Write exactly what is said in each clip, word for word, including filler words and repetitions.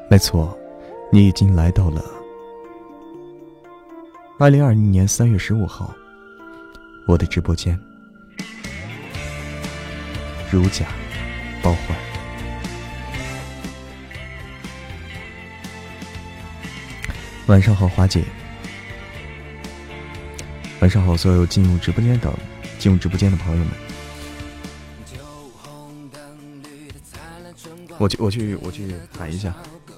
没错，你已经来到了二零二零年三月十五号我的直播间。如假包换。晚上好，华姐。晚上好，所有进入直播间的进入直播间的朋友们。我去，我去，我去喊一下。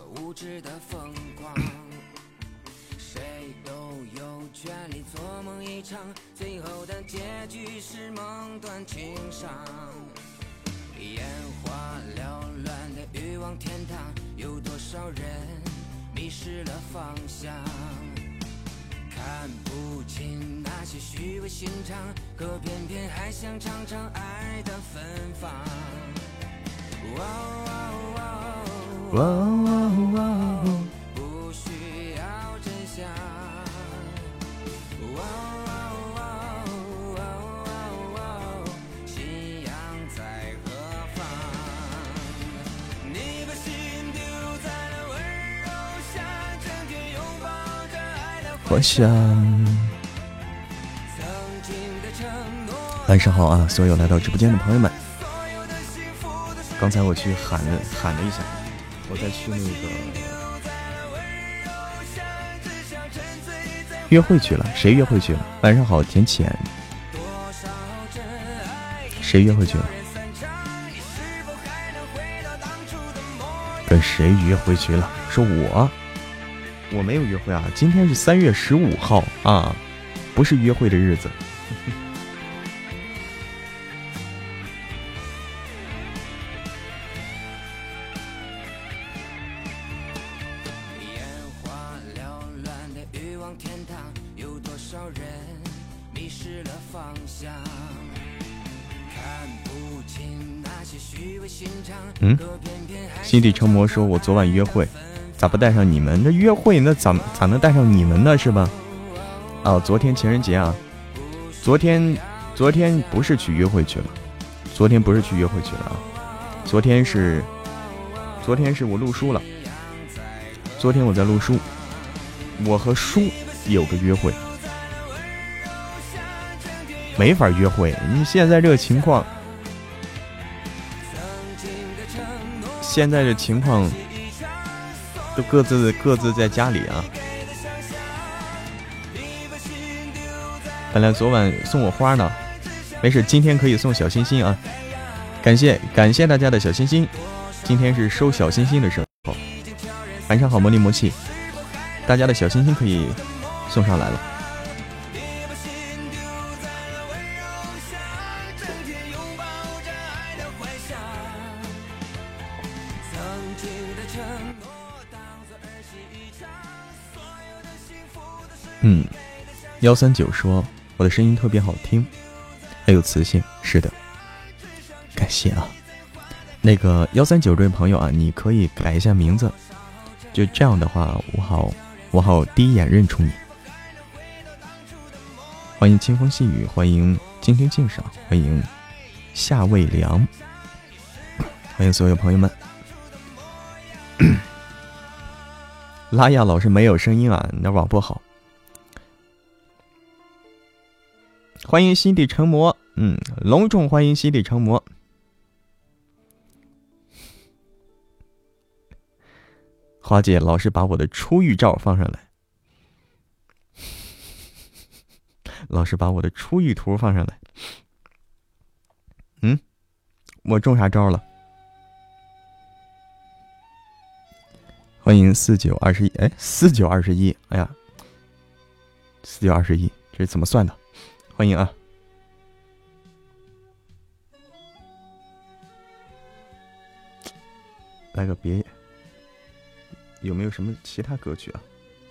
哇哇哇！不需要真相。哇哇哇！信仰在何方？你把心丢在了温柔乡，整天拥抱着爱的幻想。晚上好啊，所有来到直播间的朋友们。刚才我去喊了喊了一下。我再去那个约会去了，谁约会去了？晚上好，浅浅。谁约会去了？跟谁约会去了？说我，我没有约会啊。今天是三月十五号啊，不是约会的日子。嗯，心底成魔说：“我昨晚约会，咋不带上你们？那约会那咋咋能带上你们呢？是吧？哦，昨天情人节啊，昨天昨天不是去约会去了，昨天不是去约会去了啊，昨天是昨天是我录书了，昨天我在录书，我和书有个约会，没法约会。你现在这个情况。”现在的情况都各自各自在家里啊。本来昨晚送我花呢，没事，今天可以送小心心啊！感谢感谢大家的小心心，今天是收小心心的时候。晚上好，魔力魔气，大家的小心心可以送上来了。嗯，幺三九说我的声音特别好听，很有磁性。是的，感谢啊。那个幺三九这位朋友啊，你可以改一下名字，就这样的话，我好我好第一眼认出你。欢迎清风细雨，欢迎静听静赏，欢迎夏未凉，欢迎所有朋友们。拉亚老师没有声音啊，你的网不好。欢迎心底成魔，嗯，隆重欢迎心底成魔。花姐老是把我的出浴照放上来，老是把我的出浴图放上来。嗯，我中啥招了？欢迎四九二十一，哎，四九二十一，哎呀，四九二十一，这是怎么算的？欢迎啊！来个别，有没有什么其他歌曲啊？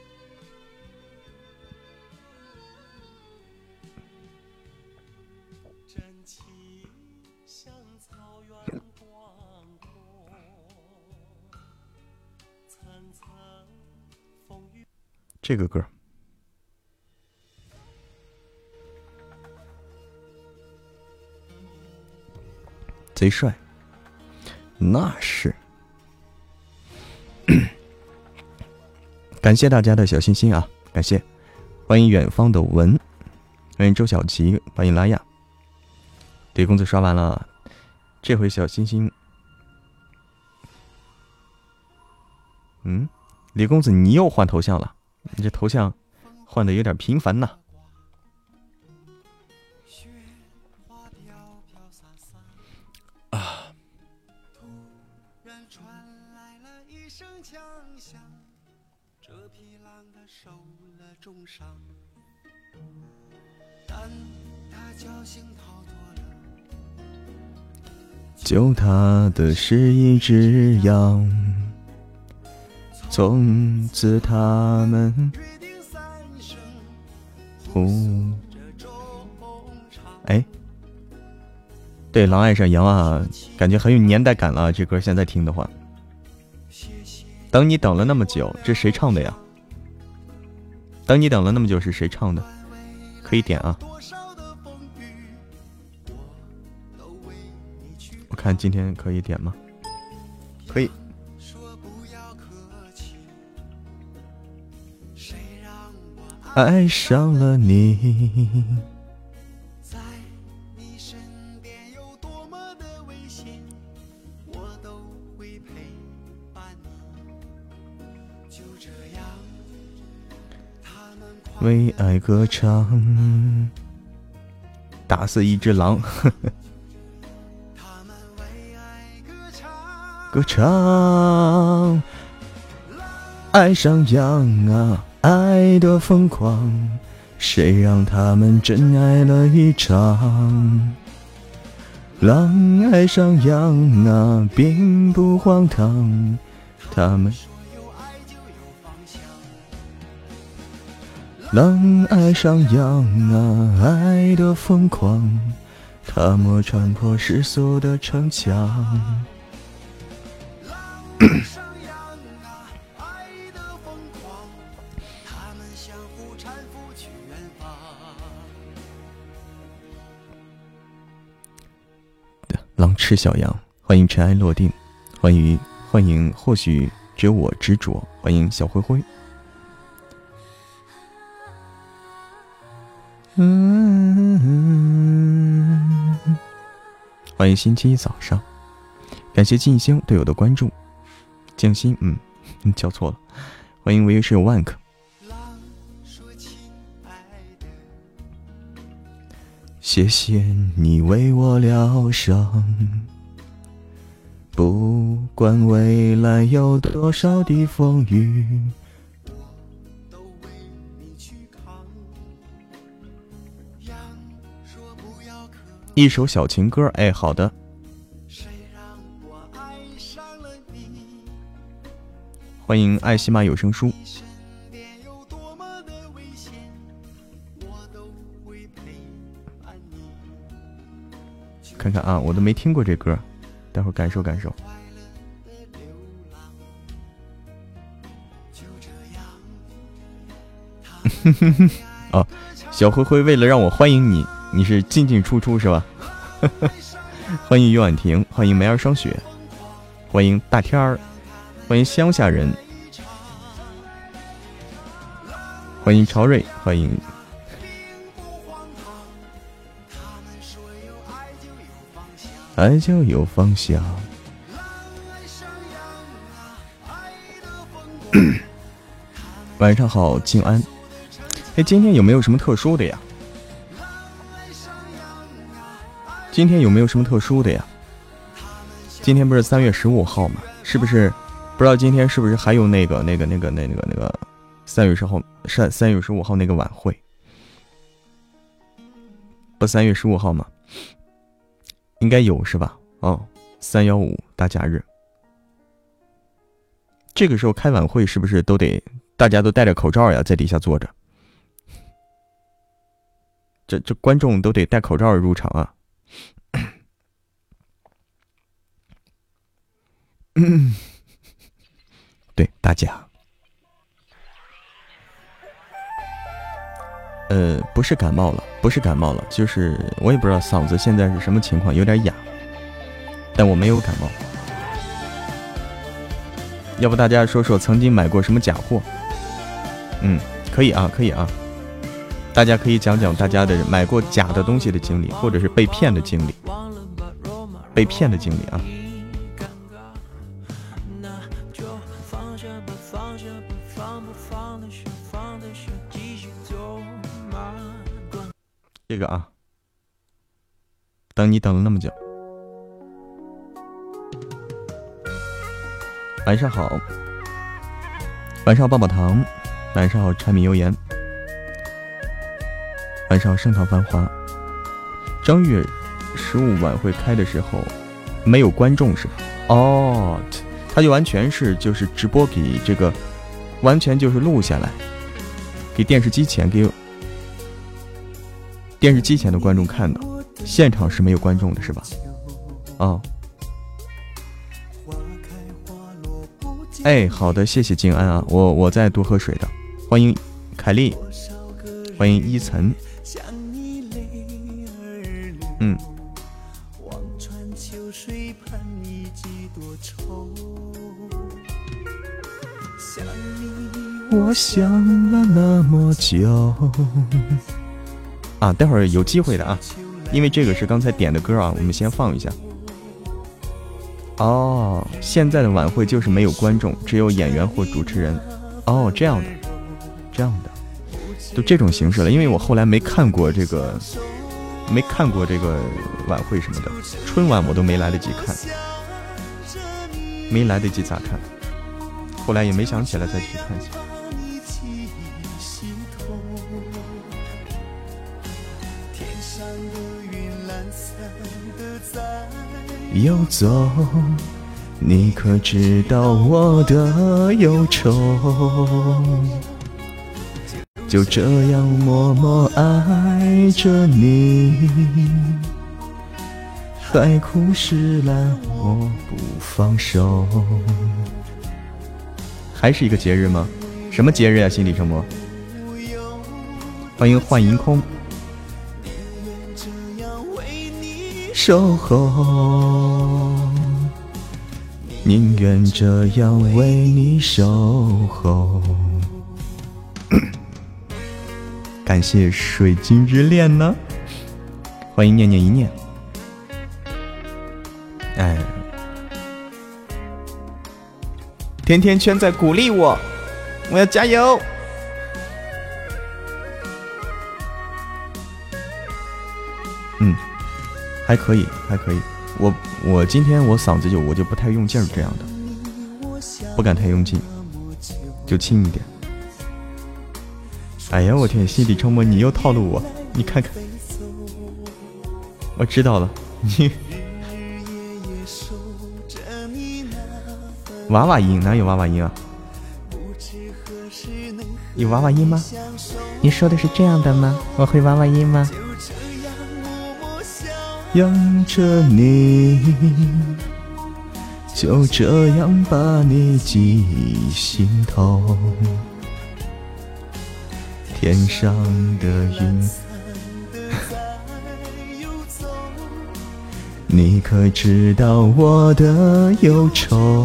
这个歌。贼帅，那是。 感谢大家的小心心啊，感谢，欢迎远方的文，欢迎周小琪，欢迎拉亚。李公子刷完了，这回小心心，嗯，李公子你又换头像了，你这头像换的有点频繁呐。啊。救他的是一只羊，从此他们呼。哎，对，狼爱上羊啊，感觉很有年代感了。这歌现在听的话，等你等了那么久，这谁唱的呀？等你等了那么久是谁唱的？可以点啊。我看今天可以点吗？可以。爱上了你，为爱歌唱，打死一只狼。歌唱，爱上羊啊，爱的疯狂，谁让他们真爱了一场？狼爱上羊啊，并不荒唐，他们狼爱上羊啊，爱的疯狂，他们穿破世俗的城墙。狼吃小羊，欢迎尘埃落定，欢迎欢迎，或许只有我执着，欢迎小灰灰。嗯，欢迎星期一早上，感谢静星对我的关注。静心，嗯，你叫错了。欢迎唯一室友万克。谢谢你为我疗伤，不管未来有多少的风雨，一首小情歌。哎，好的。欢迎爱喜马有声书。看看啊，我都没听过这歌，待会儿感受感受。哦，小灰灰为了让我欢迎你，你是进进出出是吧？欢迎于婉婷，欢迎梅儿霜雪，欢迎大天儿，欢迎乡下人，欢迎朝瑞，欢迎。爱就有方向。晚上好，静安。哎，今天有没有什么特殊的呀？今天有没有什么特殊的呀？今天不是三月十五号吗？是不是？不知道今天是不是还有那个、那个、那个、那个、那个三月十号、三三月十五号那个晚会？不，三月十五号吗？应该有是吧？哦，三幺五大假日，这个时候开晚会是不是都得大家都戴着口罩呀，在底下坐着？这这观众都得戴口罩入场啊！嗯，对，大假。呃，不是感冒了，不是感冒了，就是我也不知道嗓子现在是什么情况，有点哑，但我没有感冒。要不大家说说曾经买过什么假货？ 嗯，可以啊，可以啊。大家可以讲讲大家的买过假的东西的经历，或者是被骗的经历。被骗的经历啊。这个啊，等你等了那么久。晚上好，晚上好棒棒糖，晚上好柴米油盐，晚上好盛唐繁华。正月十五晚会开的时候没有观众是吧？哦，他就完全是就是直播给这个，完全就是录下来，给电视机前给电视机前的观众看的，现场是没有观众的是吧？哦。哎，好的，谢谢静安啊，我我在多喝水的。欢迎凯丽，欢迎依晨。嗯。我想了那么久。啊，待会儿有机会的啊，因为这个是刚才点的歌啊，我们先放一下。哦，现在的晚会就是没有观众，只有演员或主持人。哦，这样的，这样的，都这种形式了。因为我后来没看过这个，没看过这个晚会什么的，春晚我都没来得及看，没来得及咋看，后来也没想起来再去看去。游走，你可知道我的忧愁？就这样默默爱着你，海枯石烂我不放手。还是一个节日吗？什么节日呀、啊？心理折磨。欢迎幻银空。守候，宁愿这样为你守候。感谢水晶之恋呢，欢迎念念一念。哎，甜甜圈在鼓励我，我要加油。嗯。还可以，还可以。我我今天我嗓子就我就不太用劲儿，这样的，不敢太用劲，就轻一点。哎呀，我天，心底承膜，你又套路我，你看看，我知道了，你娃娃音哪有娃娃音啊？有娃娃音吗？你说的是这样的吗？我会娃娃音吗？养着你，就这样把你记心头。天上的云，你可知道我的忧愁？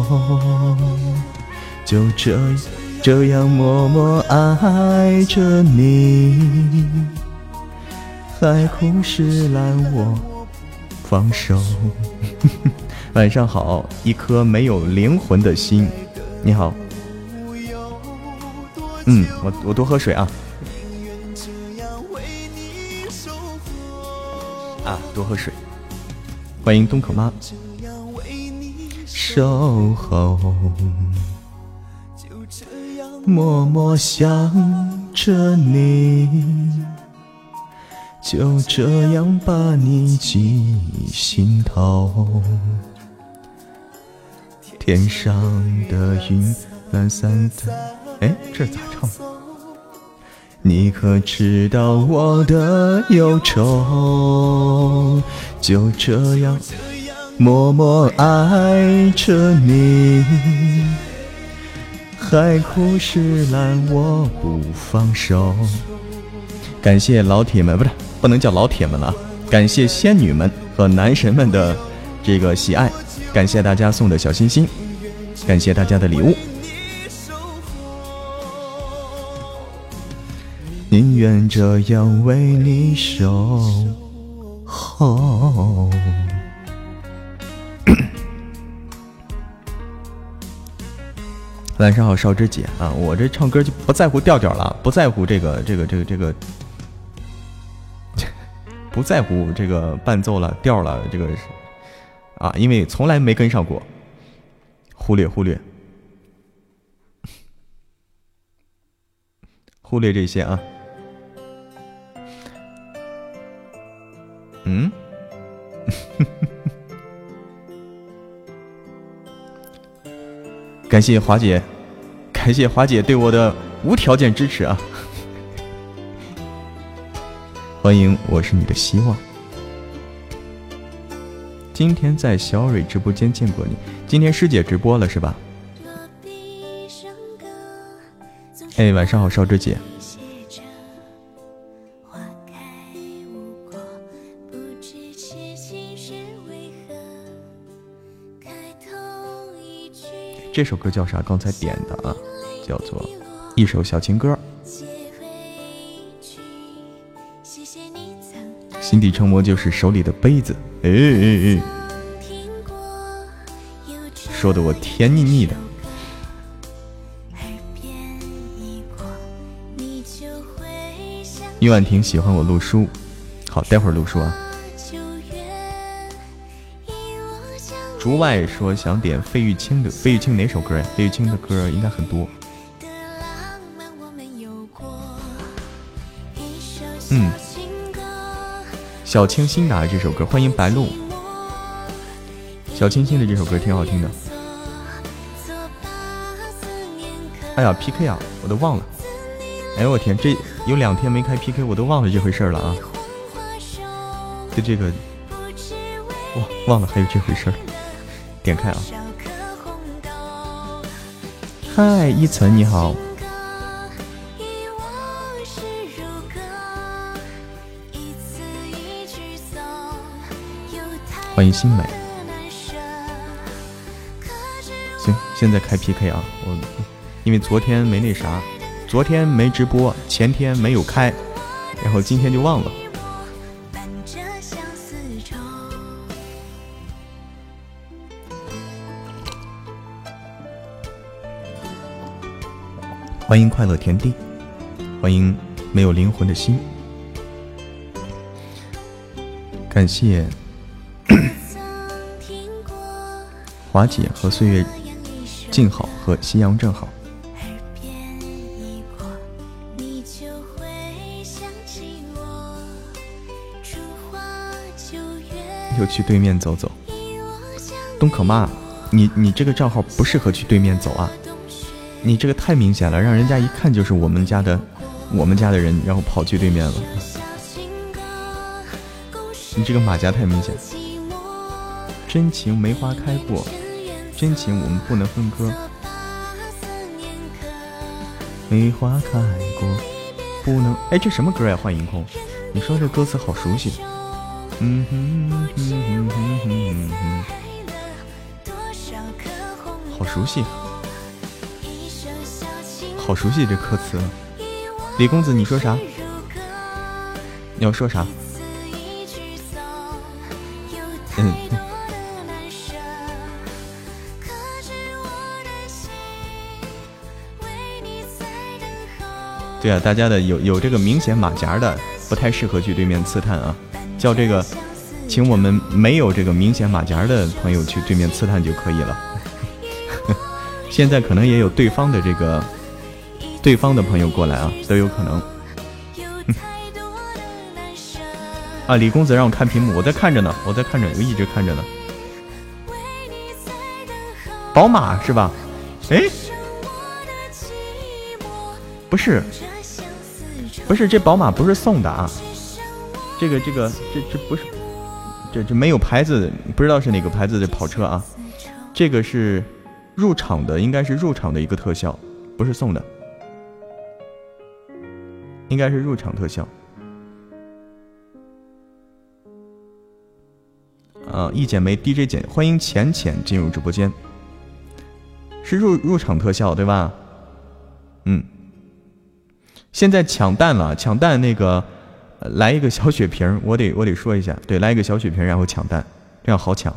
就这这样默默爱着你，海枯石烂我放手。晚上好，一颗没有灵魂的心。你好。嗯，我我多喝水啊。啊，多喝水。欢迎东口妈。守候，默默想着你，就这样把你记心头。天上的云，懒散的，哎，这咋唱？你可知道我的忧愁？就这样默默爱着你，海枯石烂我不放手。感谢老铁们，不是不能叫老铁们了，感谢仙女们和男神们的这个喜爱，感谢大家送的小心心，感谢大家的礼物。 愿这样为你守候。晚上好，少芝姐啊！我这唱歌就不在乎调调了，不在乎这个这个这个这个，不在乎这个伴奏了调了，这个啊，因为从来没跟上过，忽略忽略忽略这些啊。嗯。感谢华姐，感谢华姐对我的无条件支持啊！欢迎，我是你的希望。今天在小蕊直播间见过你，今天师姐直播了是吧？哎，晚上好，少芝姐。这首歌叫啥？刚才点的啊，叫做《一首小情歌》。心底成魔就是手里的杯子，哎哎哎，说的我甜腻腻的。于婉婷喜欢我录书，好，待会儿录书啊。竹外说想点费玉清的，费玉清哪首歌呀？费玉清的歌应该很多。嗯，小清新的这首歌，欢迎白露。小清新的这首歌挺好听的。哎呀 ，P K 啊，我都忘了。哎呦我天，这有两天没开 P K， 我都忘了这回事了啊！就这个，哇，忘了还有这回事儿。点开啊！嗨，依岑你好，欢迎新美。行，现在开 P K 啊！我因为昨天没那啥，昨天没直播，前天没有开，然后今天就忘了。欢迎快乐田地，欢迎没有灵魂的心，感谢华姐和岁月静好和夕阳正好。又去对面走走，东可妈，你你这个账号不适合去对面走啊！你这个太明显了，让人家一看就是我们家的，我们家的人，然后跑去对面了。你这个马甲太明显。真情梅花开过，真情我们不能分割。梅花开过，不能。哎，这什么歌呀？幻影空，你说这歌词好熟悉。嗯哼哼哼哼哼哼，好熟悉。好熟悉这歌词，李公子你说啥？你要说啥？嗯，对啊，大家的有有这个明显马甲的不太适合去对面刺探啊，叫这个，请我们没有这个明显马甲的朋友去对面刺探就可以了。现在可能也有对方的这个。对方的朋友过来啊，都有可能。啊，李公子让我看屏幕，我在看着呢，我在看着，我一直看着呢。宝马是吧？哎，不是，不是，这宝马不是送的啊。这个这个这这不是，这这没有牌子，不知道是哪个牌子的跑车啊。这个是入场的，应该是入场的一个特效，不是送的。应该是入场特效，啊，一剪梅 D J 剪，欢迎浅浅进入直播间，是入入场特效对吧？嗯， 现在抢蛋了，抢蛋那个、呃、来一个小血瓶，我得我得说一下，对，来一个小血瓶，然后抢蛋，这样好抢。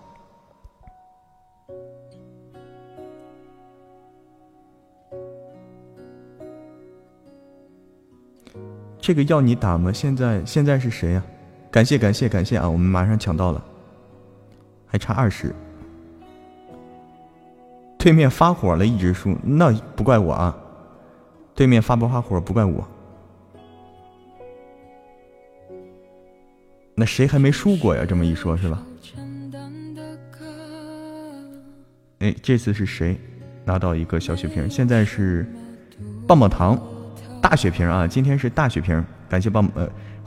这个要你打吗？现在现在是谁呀、啊？感谢感谢感谢啊！我们马上抢到了，还差二十。对面发火了，一直输，那不怪我啊。对面发不发火不怪我。那谁还没输过呀？这么一说，是吧？哎，这次是谁拿到一个小血瓶？现在是棒棒糖。大血瓶啊！今天是大血瓶，感谢棒呃，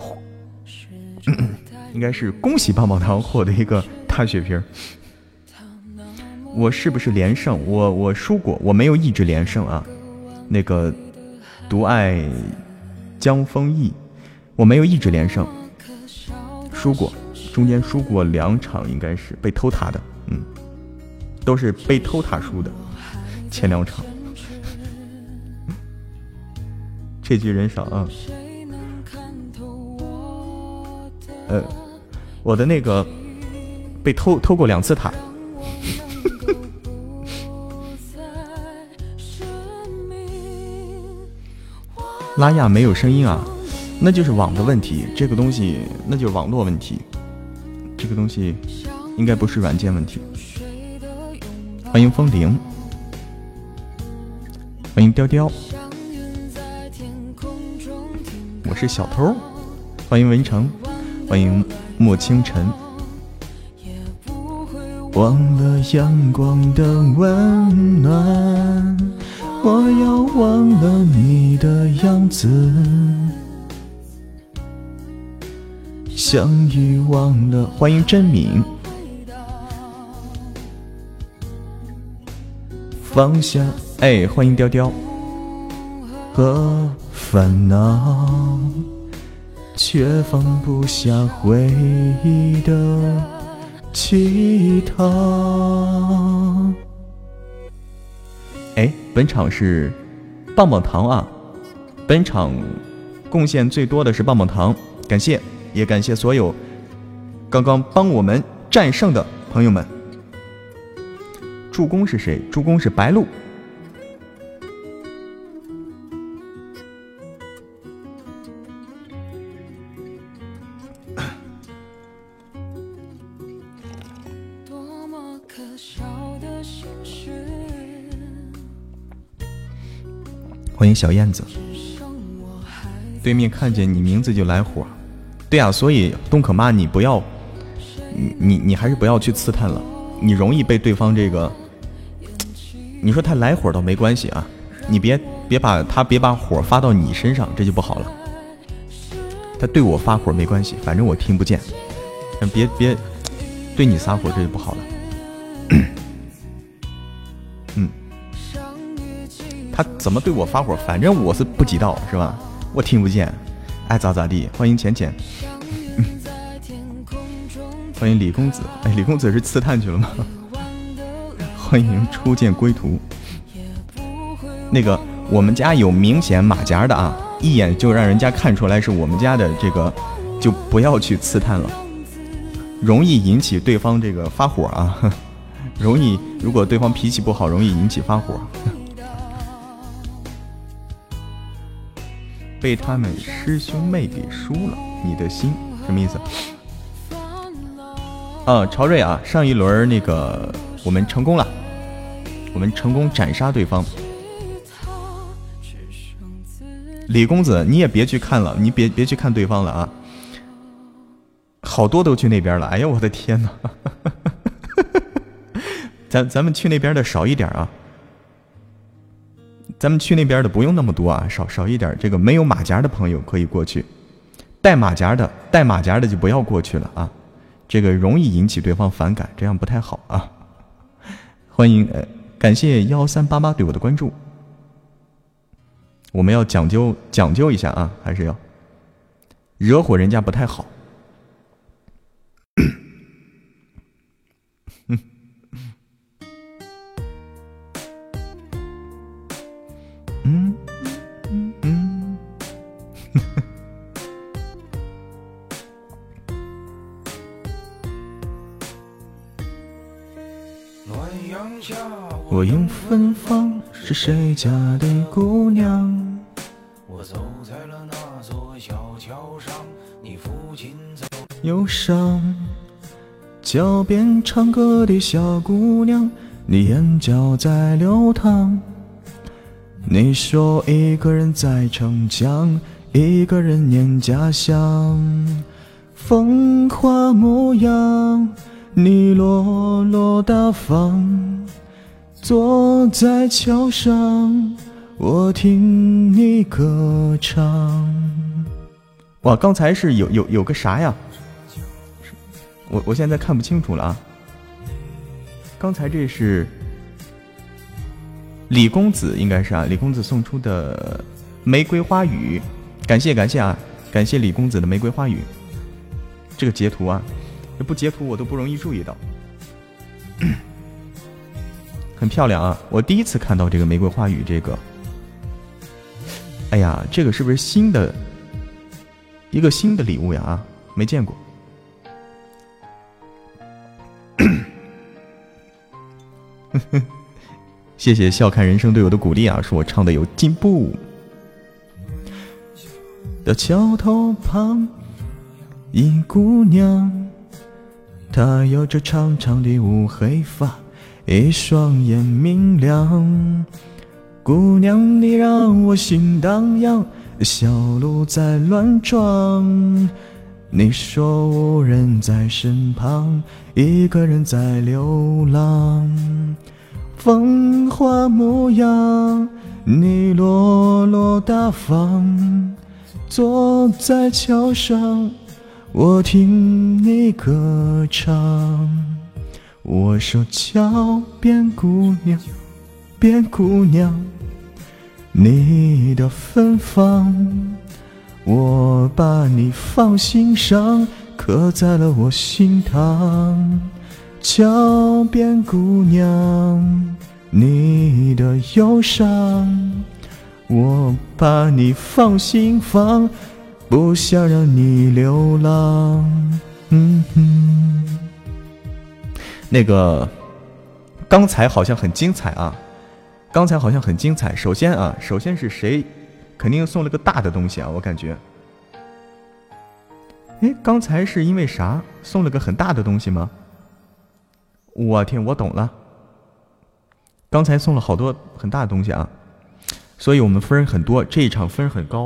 应该是恭喜棒棒糖获得一个大血瓶。我是不是连胜？我我输过，我没有一直连胜啊。那个独爱江风逸，我没有一直连胜，输过，中间输过两场，应该是被偷塔的，嗯，都是被偷塔输的，前两场。这局人少啊，呃，我的那个被偷偷过两次塔。拉亚没有声音啊，那就是网的问题，这个东西那就是网络问题，这个东西应该不是软件问题。欢迎风铃，欢迎雕雕。我是小偷，欢迎文成，欢迎莫清晨。忘了阳光的温暖，我要忘了你的样子，相遇忘了。欢迎真敏，放下，哎，欢迎雕雕和烦恼，却放不下回忆的乞讨。哎，本场是棒棒糖啊！本场贡献最多的是棒棒糖，感谢，也感谢所有刚刚帮我们战胜的朋友们。助攻是谁？助攻是白鹿。欢迎小燕子。对面看见你名字就来火，对啊，所以东可妈你不要，你你你还是不要去刺探了，你容易被对方这个，你说他来火倒没关系啊，你别别把他别把火发到你身上，这就不好了。他对我发火没关系，反正我听不见，但别别对你撒火，这就不好了。嗯。他怎么对我发火？反正我是不知道，是吧？我听不见，爱咋咋地。欢迎浅浅，嗯、欢迎李公子。哎，李公子是刺探去了吗？欢迎初见归途。那个，我们家有明显马甲的啊，一眼就让人家看出来是我们家的，这个就不要去刺探了，容易引起对方这个发火啊，容易，如果对方脾气不好，容易引起发火。被他们师兄妹给输了，你的心什么意思？啊，朝瑞啊，上一轮那个我们成功了，我们成功斩杀对方。李公子，你也别去看了，你别别去看对方了啊，好多都去那边了。哎呀，我的天哪！咱咱们去那边的少一点啊。咱们去那边的不用那么多啊，少少一点。这个没有马甲的朋友可以过去，带马甲的带马甲的就不要过去了啊，这个容易引起对方反感，这样不太好啊。欢迎，呃，感谢幺三八八对我的关注。我们要讲究讲究一下啊，还是要惹火人家不太好。嗯嗯嗯我迎芬芳，是谁家的姑娘？ 我走在了那座小桥上，你父亲走忧伤，桥边唱歌的小姑娘，你眼角在流淌。你说一个人在逞强，一个人念家乡。风华模样，你落落大方，坐在桥上，我听你歌唱。哇，刚才是有有有个啥呀？我我现在看不清楚了啊。刚才这是李公子，应该是啊，李公子送出的玫瑰花语，感谢感谢啊，感谢李公子的玫瑰花语。这个截图啊，这不截图我都不容易注意到，很漂亮啊！我第一次看到这个玫瑰花语，这个，哎呀，这个是不是新的一个新的礼物呀？啊，没见过。谢谢笑看人生对我的鼓励啊，说我唱的有进步。的桥头旁，一姑娘，她有着长长的乌黑发，一双眼明亮。姑娘你让我心荡漾，小鹿在乱撞。你说无人在身旁，一个人在流浪。风华模样，你落落大方，坐在桥上，我听你歌唱。我说桥边姑娘，边姑娘，你的芬芳，我把你放心上，刻在了我心膛。桥边姑娘，你的忧伤，我把你放心房，不想让你流浪。嗯哼，那个刚才好像很精彩啊，刚才好像很精彩。首先啊，首先是谁肯定送了个大的东西啊，我感觉。哎，刚才是因为啥送了个很大的东西吗？我天，我懂了。刚才送了好多很大的东西啊，所以我们分很多，这一场分很高。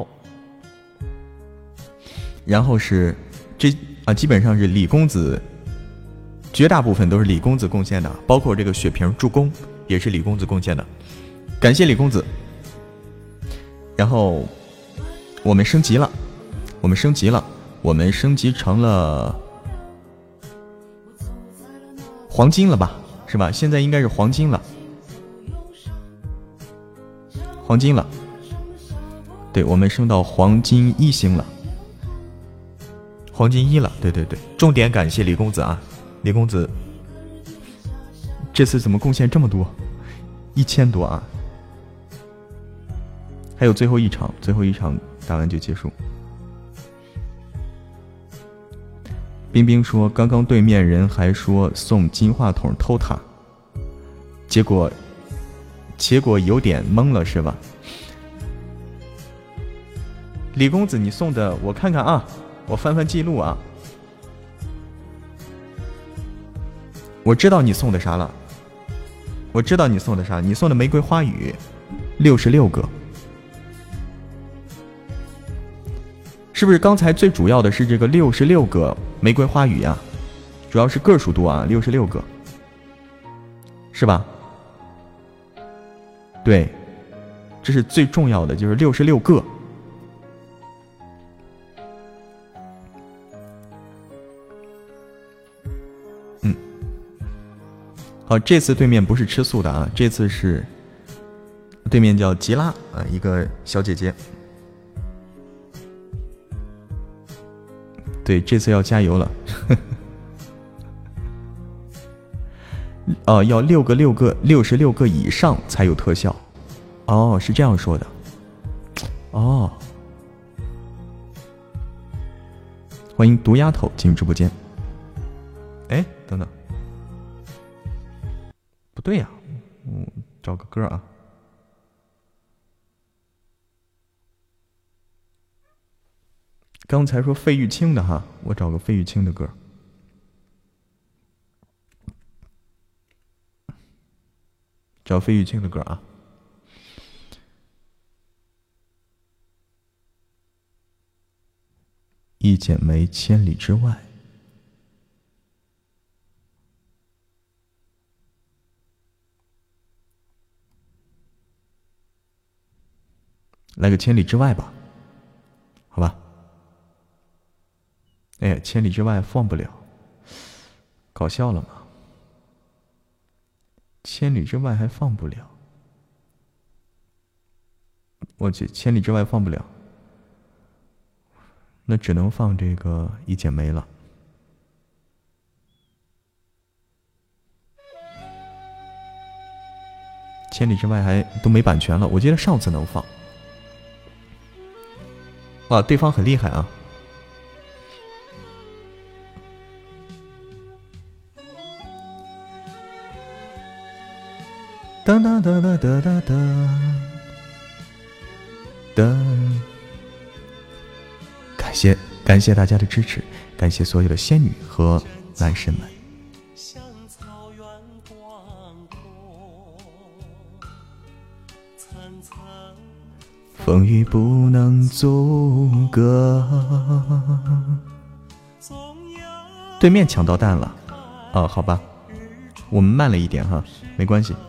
然后是这啊，基本上是李公子，绝大部分都是李公子贡献的，包括这个血瓶助攻也是李公子贡献的，感谢李公子。然后我们升级了，我们升级了，我们升级成了黄金了吧，是吧？现在应该是黄金了，黄金了。对，我们升到黄金一星了，黄金一了。对对对，重点感谢李公子啊，李公子这次怎么贡献这么多？一千多啊！还有最后一场，最后一场打完就结束。冰冰说，刚刚对面人还说送金话筒偷塔，结果结果有点懵了是吧？李公子你送的我看看啊，我翻翻记录啊，我知道你送的啥了，我知道你送的啥，你送的玫瑰花语六十六个，是不是？刚才最主要的是这个六十六个玫瑰花语啊，主要是个数多啊，六十六个，是吧？对，这是最重要的，就是六十六个。嗯，好，这次对面不是吃素的啊，这次是对面叫吉拉啊，一个小姐姐。对，这次要加油了。哦，要六个六个六十六个以上才有特效。哦，是这样说的。哦，欢迎毒丫头进入直播间。哎，等等，不对呀、啊，我找个歌啊。刚才说费玉清的哈，我找个费玉清的歌。找费玉清的歌啊。一剪梅，千里之外。来个千里之外吧，好吧。哎，千里之外放不了，搞笑了吗？千里之外还放不了，我去，千里之外放不了，那只能放这个一剪梅了。千里之外还都没版权了，我记得上次能放。哇，对方很厉害啊！哒哒哒哒哒哒哒哒！感谢感谢大家的支持，感谢所有的仙女和男神们。风雨不能阻隔。对面抢到蛋了，哦，好吧，我们慢了一点哈，没关系。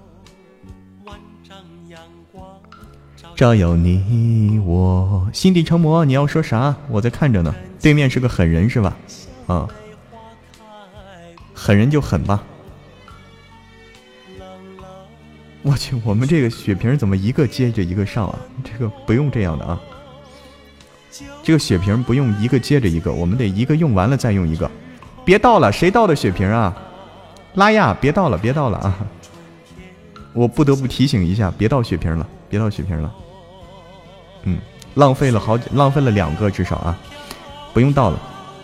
照耀你我，心地成魔，你要说啥？我在看着呢。对面是个狠人是吧？啊，狠人就狠吧。我去，我们这个血瓶怎么一个接着一个上啊？这个不用这样的啊，这个血瓶不用一个接着一个，我们得一个用完了再用一个。别倒了，谁倒的血瓶啊？拉亚，别倒了，别倒了啊！我不得不提醒一下，别倒血瓶了，别倒血瓶了。嗯，浪费了好几，浪费了两个至少啊，不用倒了。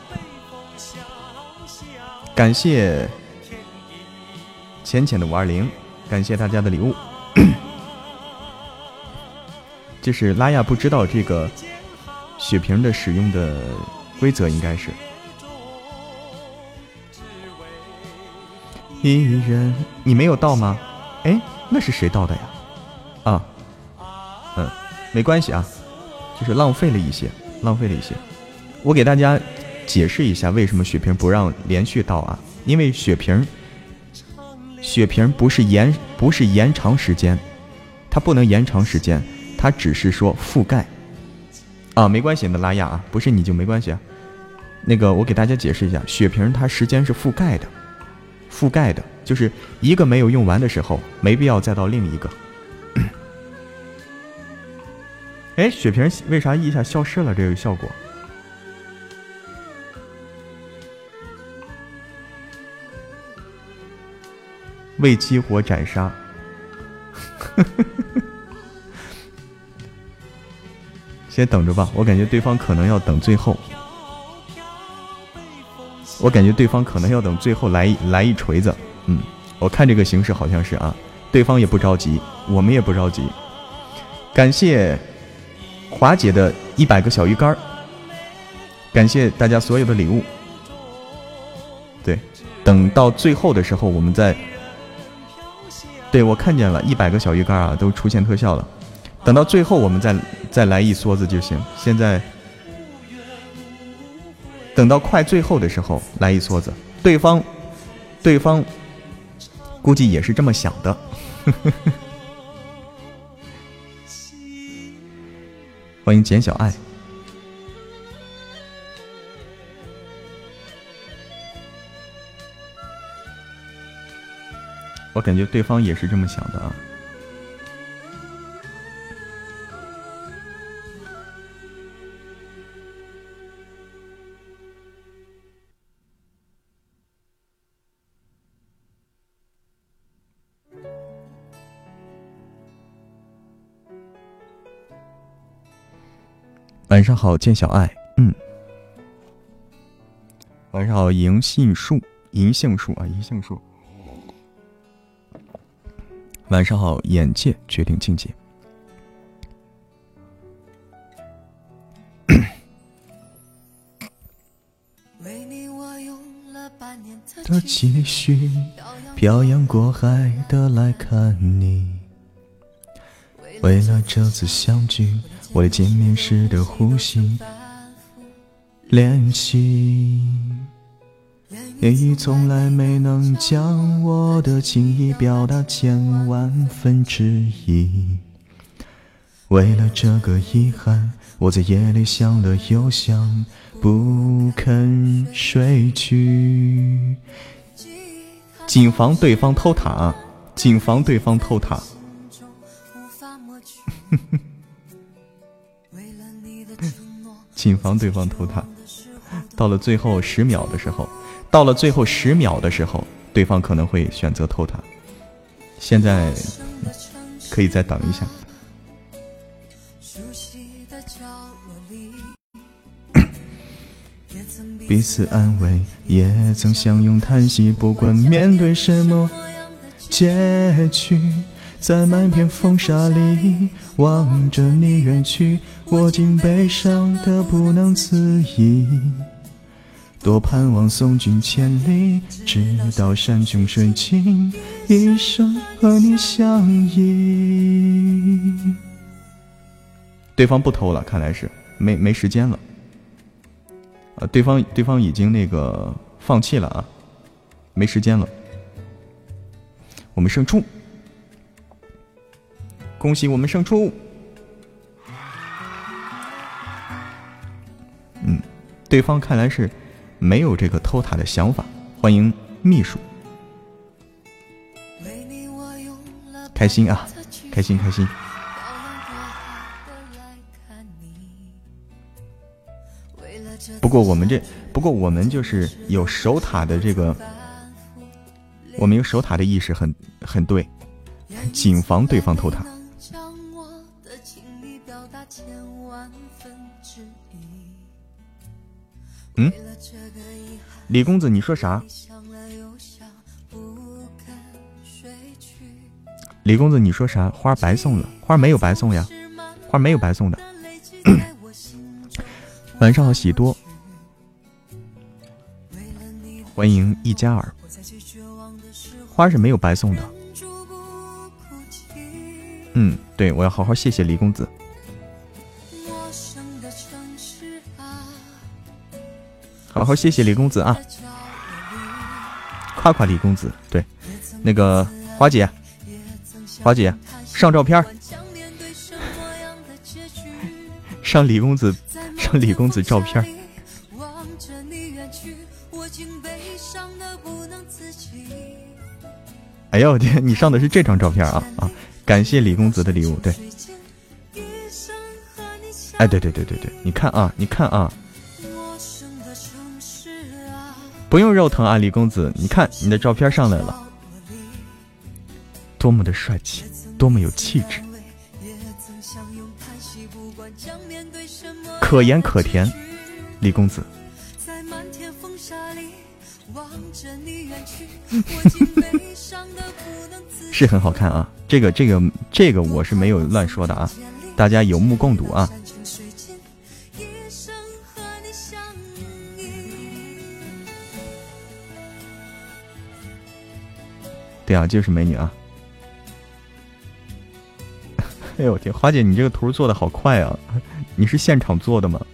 感谢浅浅的五二零。感谢大家的礼物。就是拉亚不知道这个血瓶的使用的规则，应该是一人。你没有倒吗？哎，那是谁倒的呀？啊，嗯，没关系啊，就是浪费了一些，浪费了一些。我给大家解释一下为什么血瓶不让连续倒啊？因为血瓶。血瓶不是延不是延长时间，它不能延长时间，它只是说覆盖。啊，没关系的，拉亚啊，不是你就没关系啊。那个我给大家解释一下，血瓶它时间是覆盖的，覆盖的就是一个没有用完的时候，没必要再到另一个。哎，血瓶为啥一下消失了？这个效果。为激活斩杀。先等着吧，我感觉对方可能要等最后，我感觉对方可能要等最后来一来一锤子。嗯，我看这个形势好像是啊，对方也不着急，我们也不着急。感谢华姐的一百个小鱼干，感谢大家所有的礼物。对，等到最后的时候，我们再。对，我看见了一百个小鱼干啊，都出现特效了。等到最后我们再再来一梭子就行。现在等到快最后的时候来一梭子，对方对方估计也是这么想的。欢迎简小爱。我感觉对方也是这么想的啊。晚上好，见小爱。嗯。晚上好，银杏树，银杏树啊，银杏树。 晚上好，眼界决定境界。的继续漂洋过海的来看你，为了这次相聚，我的见面时的呼吸练习，言语从来没能将我的情意表达千万分之一。为了这个遗憾，我在夜里想了又想，不肯睡去。谨防对方偷塔，谨防对方偷塔。谨防对方偷塔。到了最后十秒的时候，到了最后十秒的时候，对方可能会选择偷塔。现在可以再等一下。彼此安慰，也曾相拥叹息，不管面对什么结局，在满片风沙里望着你远去，我竟悲伤得不能自已，多盼望送君千里，直到山穷水尽，一生和你相依。对方不偷了，看来是没没时间了。呃，对方对方已经那个放弃了啊，没时间了。我们胜出，恭喜我们胜出。嗯，对方看来是没有这个偷塔的想法。欢迎秘书，开心啊，开心开心。不过我们这，不过我们就是有守塔的这个，我们有守塔的意识很很对，谨防对方偷塔。嗯，李公子你说啥？李公子你说啥？花白送了，花没有白送呀，花没有白送的。晚上好，喜多，欢迎一加二。花是没有白送的。嗯，对，我要好好谢谢李公子。好好谢谢李公子啊！夸夸李公子，对，那个花姐，花姐上照片，上李公子。上李公子照片。哎呦我天，你上的是这张照片啊啊！感谢李公子的礼物，对。哎，对对对对对，你看啊，你看啊，不用肉疼啊，李公子，你看你的照片上来了，多么的帅气，多么有气质。可盐可甜，李公子。是很好看啊，这个这个这个我是没有乱说的啊，大家有目共睹啊。对啊，就是美女啊。哎呦我天，花姐你这个图做的好快啊，你是现场做的吗？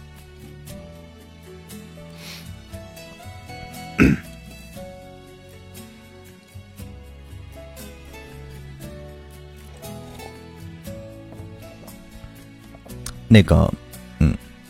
那个，嗯，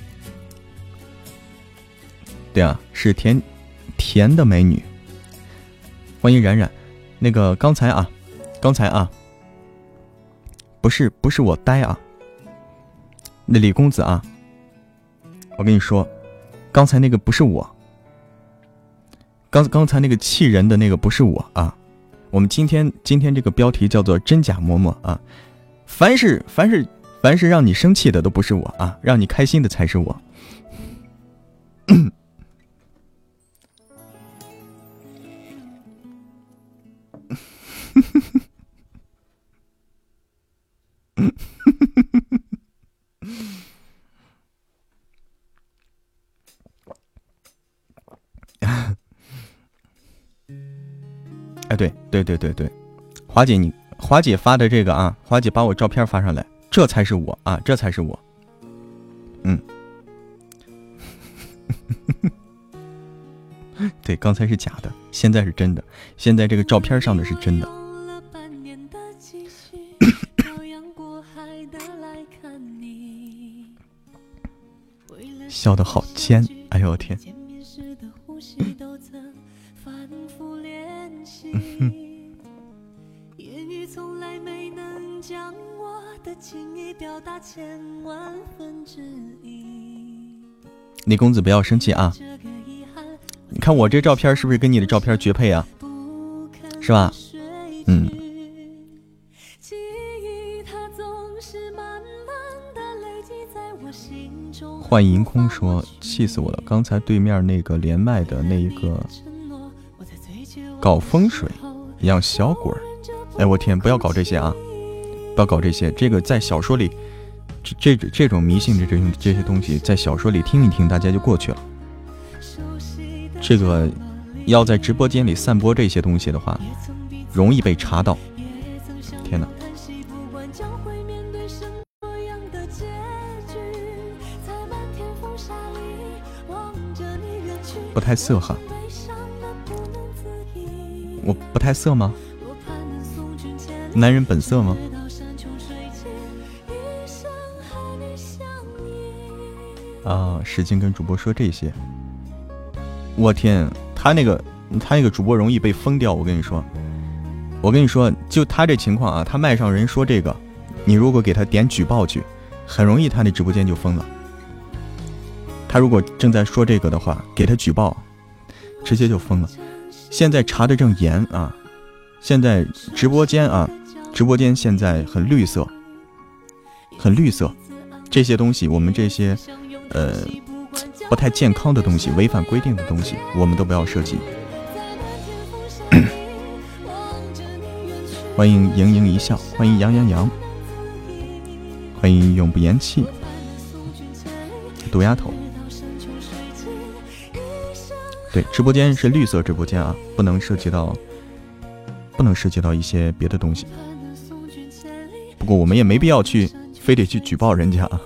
对啊，是甜甜的美女。欢迎冉冉。那个刚才啊，刚才啊，不是不是我呆啊，那李公子啊，我跟你说，刚才那个不是我，刚刚才那个气人的那个不是我啊。我们今天今天这个标题叫做真假嬷嬷啊，凡是凡是。凡是让你生气的都不是我啊，让你开心的才是我。 哎，对对对对对，华姐你华姐发的这个啊，华姐把我照片发上来，这才是我啊，这才是我。嗯，对，刚才是假的，现在是真的，现在这个照片上的是真的。笑得好尖，哎呦我天！李公子不要生气啊！你看我这照片是不是跟你的照片绝配啊？是吧？嗯。幻银空说：“气死我了！刚才对面那个连麦的那一个搞风水养小鬼儿，哎，我天，不要搞这些啊！不要搞这些，这个在小说里，这这这种迷信的这种这些东西，在小说里听一听，大家就过去了。这个要在直播间里散播这些东西的话，容易被查到。天哪！”不太色哈，我不太色吗？男人本色吗？啊，使劲跟主播说这些，我天，他那个他那个主播容易被封掉，我跟你说，我跟你说，就他这情况啊，他麦上人说这个，你如果给他点举报去，很容易他那直播间就封了。他如果正在说这个的话，给他举报，直接就封了。现在查的正严啊，现在直播间啊，直播间现在很绿色，很绿色。这些东西，我们这些呃不太健康的东西，违反规定的东西，我们都不要涉及。欢迎盈盈一笑，欢迎杨洋洋，欢迎永不言弃，毒丫头。对，直播间是绿色直播间啊，不能涉及到，不能涉及到一些别的东西。不过我们也没必要去，非得去举报人家啊。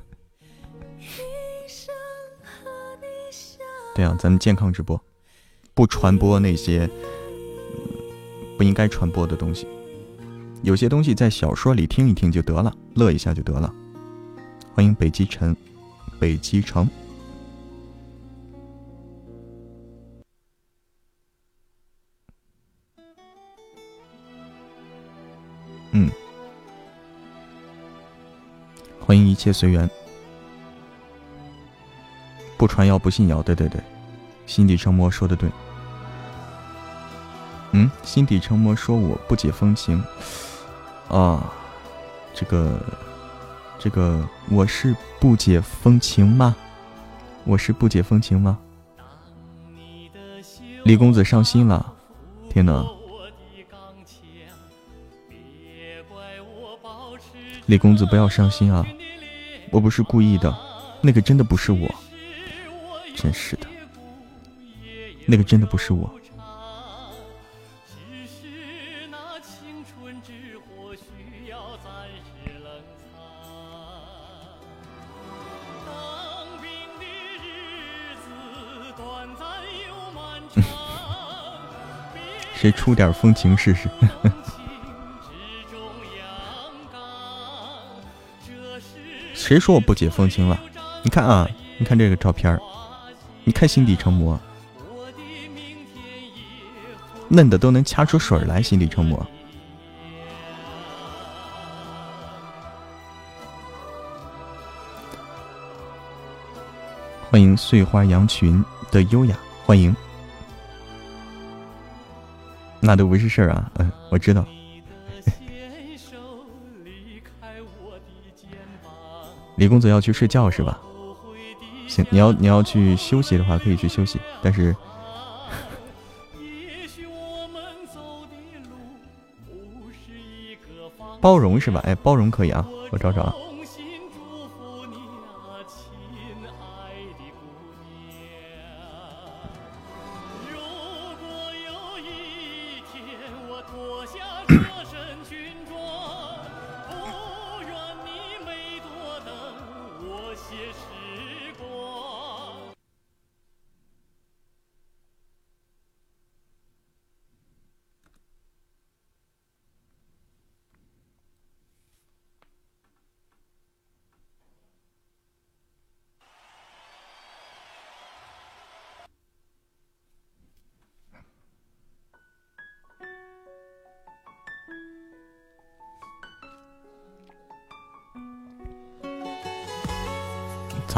对啊，咱们健康直播，不传播那些、嗯、不应该传播的东西。有些东西在小说里听一听就得了，乐一下就得了。欢迎北极城，北极城。嗯，欢迎一切随缘，不传谣不信谣，对对对，心底成魔说的对。嗯，心底成魔说我不解风情啊，这个这个我是不解风情吗？我是不解风情吗？李公子伤心了，天哪！李公子不要伤心啊，我不是故意的，那个真的不是我，真是的，那个真的不是我。谁出点风情试试？谁说我不解风情了？你看啊，你看这个照片，你看心底成魔，嫩的都能掐出水来，心底成魔。欢迎碎花羊群的优雅，欢迎。那都不是事儿啊，嗯，我知道。李公子要去睡觉是吧？行，你要你要去休息的话，可以去休息，但是包容是吧？哎，包容可以啊，我找找啊。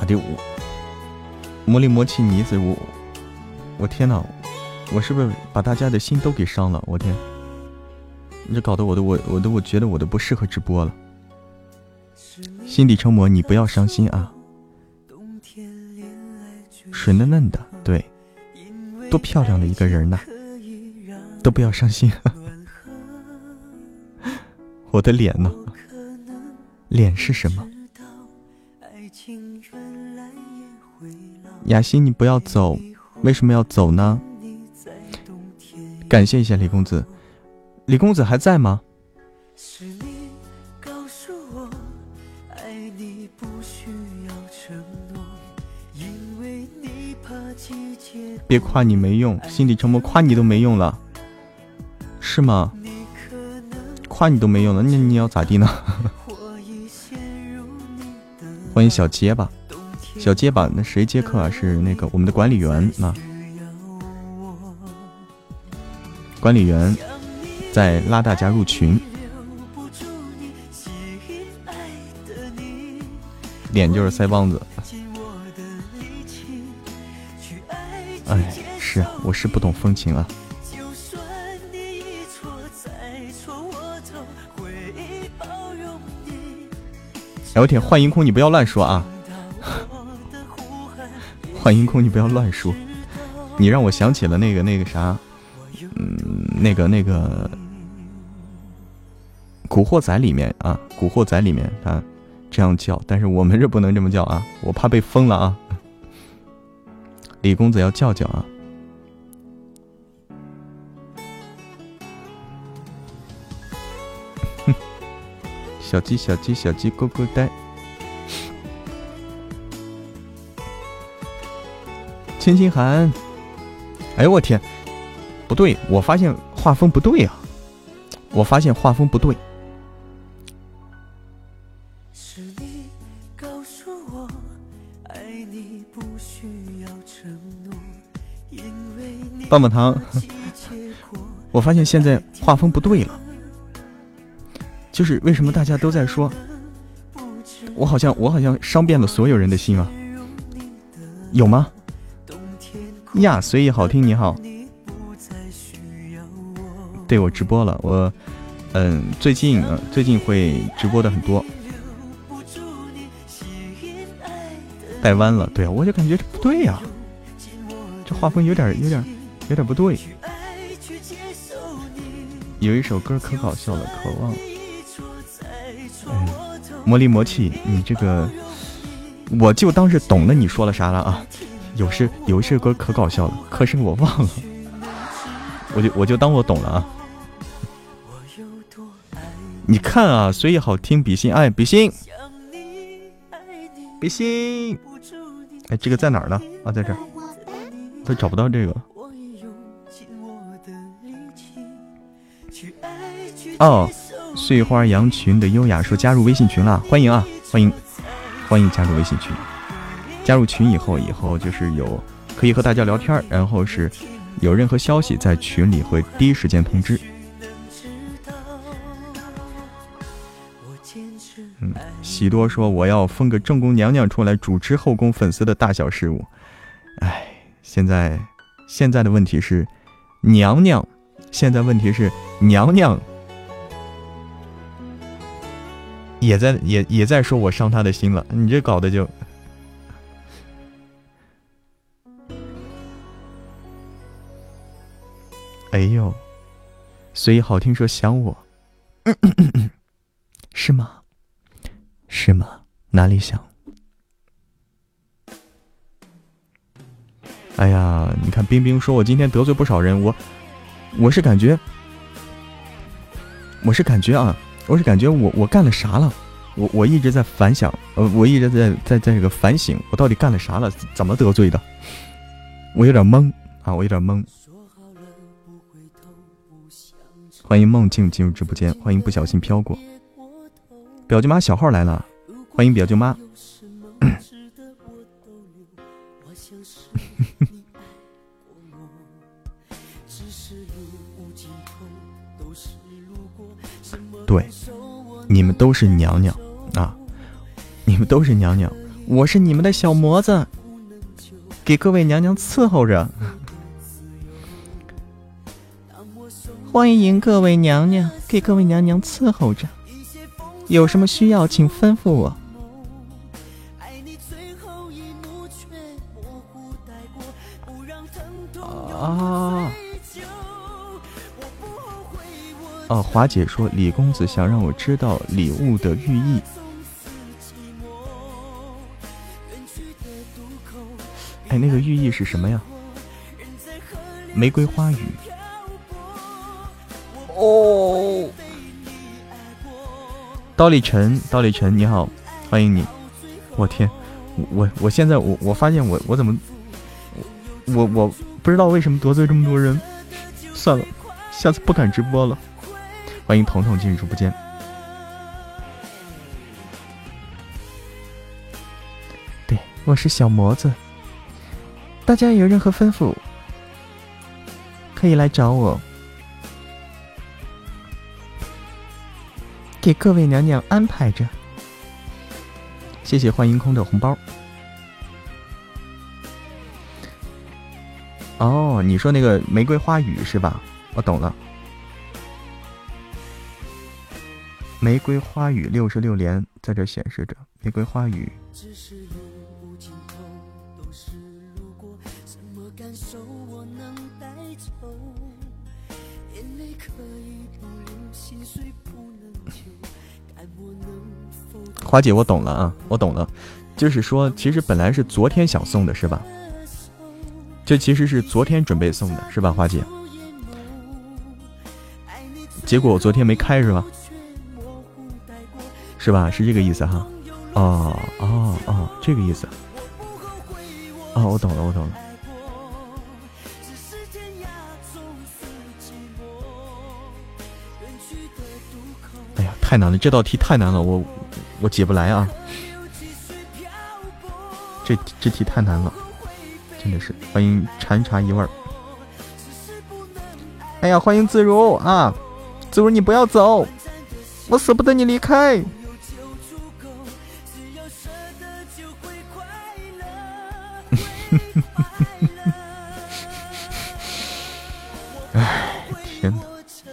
咋的？我魔力魔气妮子，我我天哪，我是不是把大家的心都给伤了？我天，这搞得我都我我都我觉得我都不适合直播了。心底成魔，你不要伤心啊！水嫩嫩的，对，多漂亮的一个人呐、啊！都不要伤心。我的脸呢？脸是什么？雅欣，你不要走，为什么要走呢？感谢一下李公子，李公子还在吗？别夸你没用，心底沉默，夸你都没用了，是吗？夸你都没用了，那你要咋地呢？欢迎小结巴，小结巴，那谁接客啊？是那个我们的管理员啊。管理员在拉大家入群。脸就是腮帮子。哎，是啊，我是不懂风情啊。哎我天，幻音空你不要乱说啊！幻音空你不要乱说，你让我想起了那个那个啥，嗯，那个那个古惑仔里面啊，古惑仔里面他这样叫，但是我们这不能这么叫啊，我怕被封了啊。李公子要叫叫啊。小鸡小鸡小鸡咕咕呆，亲亲寒。哎呦我天，不对，我发现画风不对啊！我发现画风不对。棒棒糖，我发现现在画风不对了。就是为什么大家都在说，我好像我好像伤遍了所有人的心啊？有吗？呀，随意好听，你好。对，我直播了，我嗯最近呃最近会直播的很多。带弯了，对啊，我就感觉这不对呀、啊，这画风有点有点有点不对。有一首歌可搞笑了，渴望。嗯，魔力魔气，你这个我就当是懂了你说了啥了啊。有是有一首歌可搞笑了，可是我忘了，我就我就当我懂了啊。你看啊，所以好听，比心，哎，比心，比心，哎，这个在哪儿呢？啊，在这儿，都找不到这个。哦。碎花羊群的优雅说加入微信群了，欢迎啊，欢迎欢迎加入微信群。加入群以后，以后就是有可以和大家聊天，然后是有任何消息在群里会第一时间通知。嗯，喜多说我要封个正宫娘娘出来主持后宫粉丝的大小事务。哎，现在现在的问题是娘娘，现在问题是娘娘。也在也也在说我伤他的心了，你这搞的就，哎呦，所以好听说想我，嗯嗯嗯嗯是吗？是吗？哪里想？哎呀，你看冰冰说我今天得罪不少人，我我是感觉，我是感觉啊。我是感觉我我干了啥了？我我一直在反想，呃，我一直在在在这个反省，我到底干了啥了？怎么得罪的？我有点懵啊，我有点懵。欢迎梦境进入直播间，欢迎不小心飘过。表舅妈小号来了，欢迎表舅妈。对，你们都是娘娘啊！你们都是娘娘， 我是你们的小模子，给各位娘娘伺候着。欢迎各位娘娘，给各位娘娘伺候着。有什么需要请吩咐我。啊！哦，华姐说李公子想让我知道礼物的寓意。哎，那个寓意是什么呀？玫瑰花语。哦，刀里晨，刀里晨，你好，欢迎你。我天，我我现在我我发现我我怎么我我不知道为什么得罪这么多人。算了，下次不敢直播了。欢迎彤彤进入直播间。对，我是小模子。大家有任何吩咐，可以来找我，给各位娘娘安排着。谢谢欢迎空的红包。哦，你说那个玫瑰花语是吧？我懂了。玫瑰花语六十六连在这显示着，玫瑰花语。花姐，我懂了啊，我懂了，就是说，其实本来是昨天想送的，是吧？这其实是昨天准备送的，是吧，花姐？结果我昨天没开，是吧？是吧？是这个意思哈。哦哦哦，这个意思。哦，我懂了，我懂了。哎呀，太难了，这道题太难了，我我解不来啊。这这题太难了，真的是。欢迎禅茶一味儿。哎呀，欢迎自如啊，自如你不要走，我舍不得你离开。哎，天哪！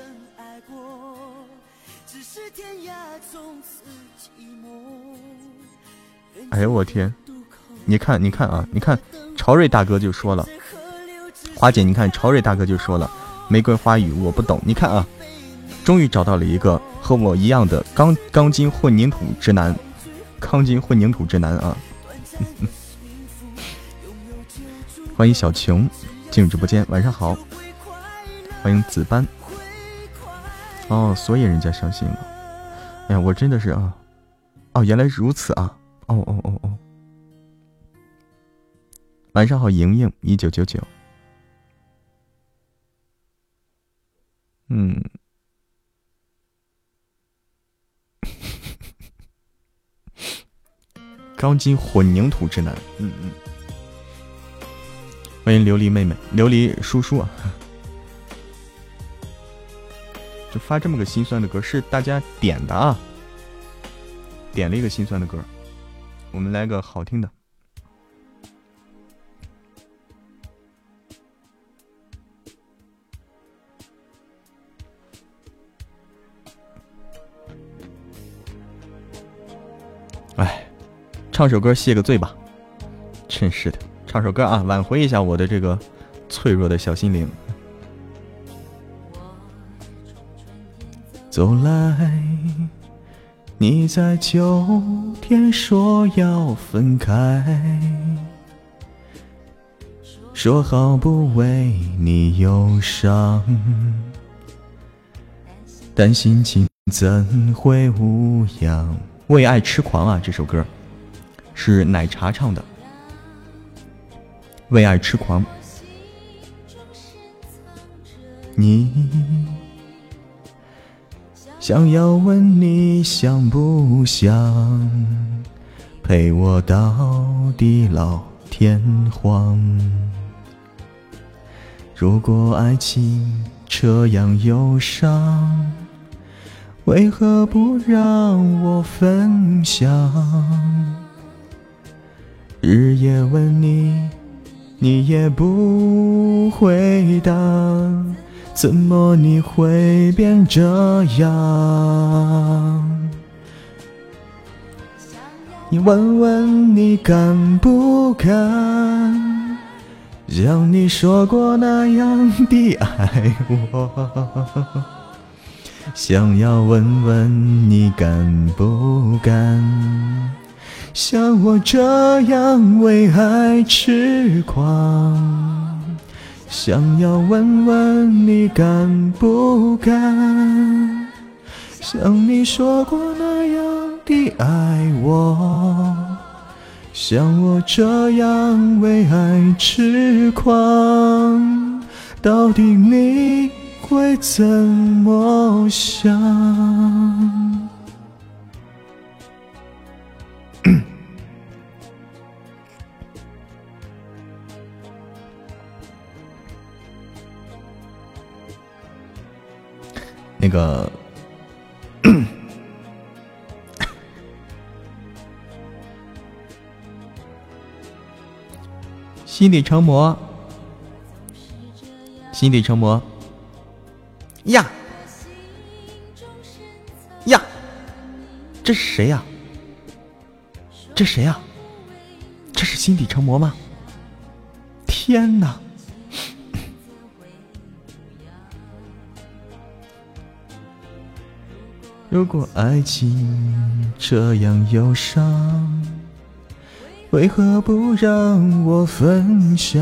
哎呦我天！你看，你看啊，你看，朝瑞大哥就说了，花姐，你看朝瑞大哥就说了，玫瑰花语我不懂。你看啊，终于找到了一个和我一样的钢钢筋混凝土直男，钢筋混凝土直男啊！欢迎小琼进入直播间，晚上好。欢迎紫斑。哦，所以人家相信了。哎呀，我真的是啊，哦，原来如此啊！哦哦哦哦。晚上好，莹莹一九九九。嗯。钢筋混凝土直男，嗯嗯。欢迎琉璃妹妹，琉璃叔叔啊！就发这么个心酸的歌，是大家点的啊，点了一个心酸的歌，我们来个好听的。哎，唱首歌谢个罪吧，真是的。唱首歌啊，挽回一下我的这个脆弱的小心灵。走来，你在秋天说要分开，说好不为你忧伤，但心情怎会无恙？为爱痴狂啊，这首歌是奶茶唱的。为爱痴狂，你想要问你想不想陪我到地老天荒？如果爱情这样忧伤，为何不让我分享？ 日夜问你，你也不回答，怎么你会变这样？你问问你敢不敢，像你说过那样的爱我？想要问问你敢不敢，像我这样为爱痴狂？想要问问你敢不敢，像你说过那样的爱我？像我这样为爱痴狂，到底你会怎么想？那个心理成魔，心理成魔呀呀，这是谁呀？这谁呀？这是心底成魔吗？天哪！如果爱情这样忧伤，为何不让我分享？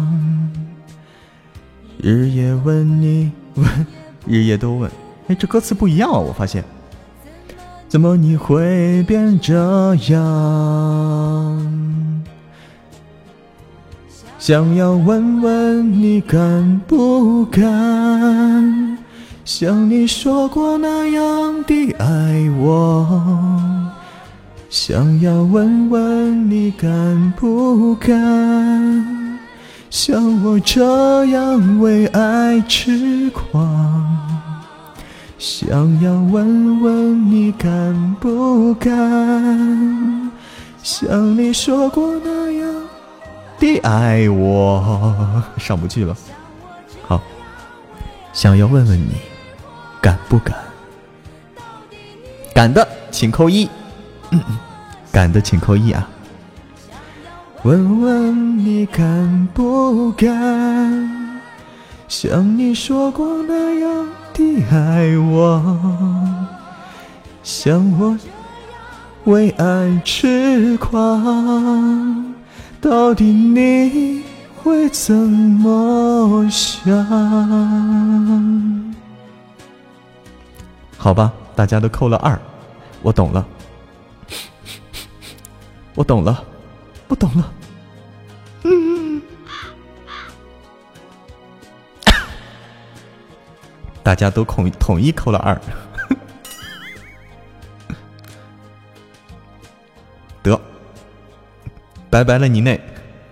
日夜问你问，日夜都问。哎，这歌词不一样啊！我发现，怎么你会变这样？想要问问你敢不敢，像你说过那样的爱我？想要问问你敢不敢，像我这样为爱痴狂？想要问问你敢不敢，像你说过那样的爱我？上不去了。好，想要问问你敢不敢？敢的请扣一，嗯嗯，敢的请扣一啊！问问你敢不敢，像你说过那样的爱我？像我为爱痴狂，到底你会怎么想？好吧，大家都扣了二，我懂了，我懂了，我懂了。嗯，大家都统统一扣了二，得，拜拜了你那。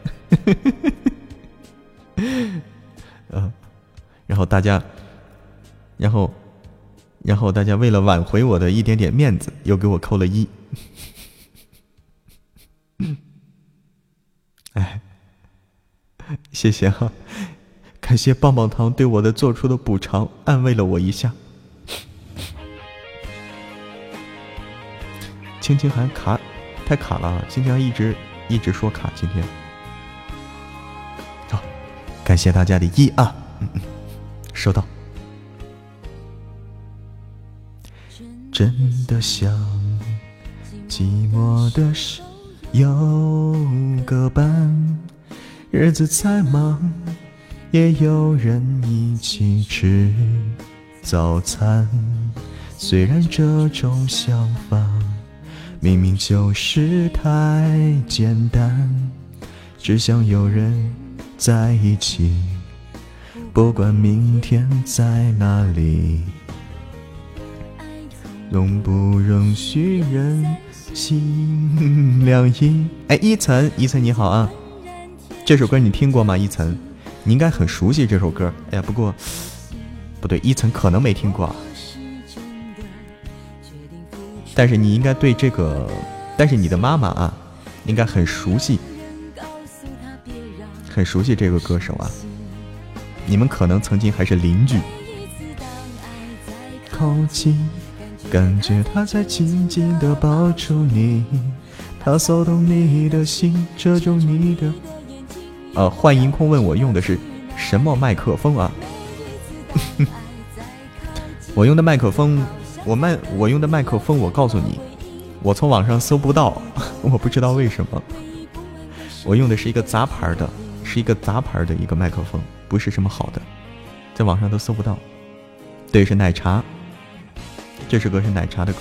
呃，然后大家，然后。然后大家为了挽回我的一点点面子，又给我扣了一。哎，谢谢哈、啊，感谢棒棒糖对我的做出的补偿，安慰了我一下。青青还卡，太卡了，青青还一直一直说卡，今天。好，感谢大家的一啊，嗯嗯，收到。真的想寂寞的是有个伴，日子再忙也有人一起吃早餐。虽然这种想法明明就是太简单，只想有人在一起，不管明天在哪里，永不容许人心两意。哎，依晨，依晨你好啊，这首歌你听过吗？依晨，你应该很熟悉这首歌。哎呀，不过不对，依晨可能没听过啊。但是你应该对这个，但是你的妈妈啊， 应该很熟悉，很熟悉这个歌手啊。你们可能曾经还是邻居。靠近，感觉他在紧紧地抱住你，他骚动你的心，遮住你的。呃，幻音空问我用的是什么麦克风啊？我用的麦克风，我麦我用的麦克风，我告诉你，我从网上搜不到，我不知道为什么。我用的是一个杂牌的，是一个杂牌的一个麦克风，不是什么好的，在网上都搜不到。对，是奶茶，这首歌是奶茶的歌。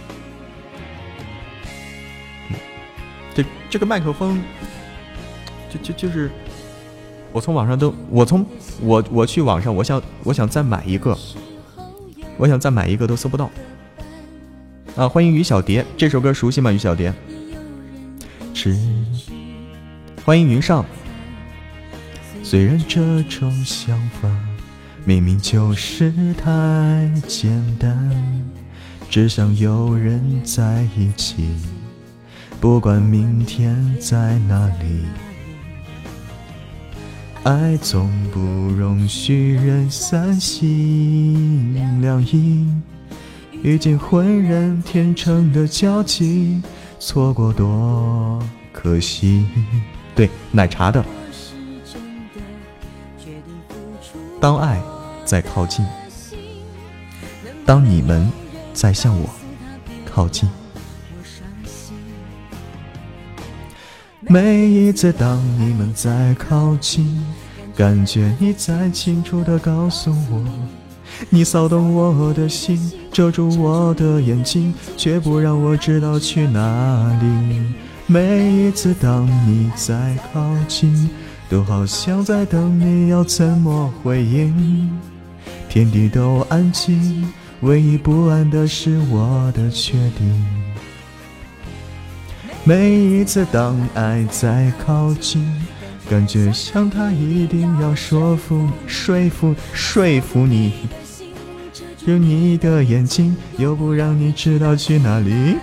嗯、这这个麦克风，就就就是我从网上都，我从我我去网上，我想我想再买一个，我想再买一个都搜不到。啊，欢迎于小蝶，这首歌熟悉吗？于小蝶，是欢迎云上。虽然这种想法明明就是太简单，只想有人在一起，不管明天在哪里。爱总不容许人散心两意，遇见浑然天成的交集，错过多可惜。对，奶茶的当爱在靠近，当你们在向我靠近，每一次当你们在靠近，感觉你在清楚地告诉我，你骚动我的心，遮住我的眼睛，却不让我知道去哪里。每一次当你在靠近，都好像在等你要怎么回应。天地都安静，唯一不安的是我的决定。每一次当爱在靠近，感觉像他一定要说服说服说服你，用你的眼睛又不让你知道去哪里。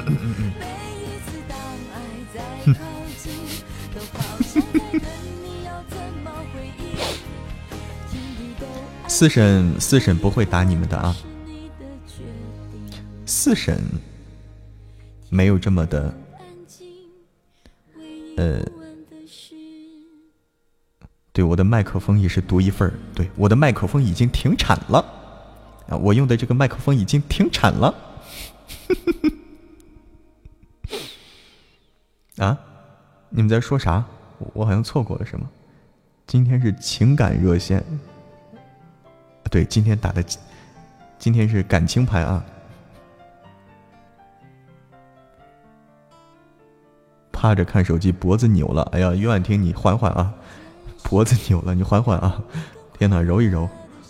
四婶四婶不会打你们的啊，四婶没有这么的呃对，我的麦克风也是独一份儿，对，我的麦克风已经停产了啊，我用的这个麦克风已经停产了。啊，你们在说啥？我好像错过了什么。今天是情感热线，对，今天打的今天是感情牌啊。趴着看手机，脖子扭了，哎呀，于婉婷你缓缓啊，脖子扭了，你缓缓啊，天哪，揉一揉。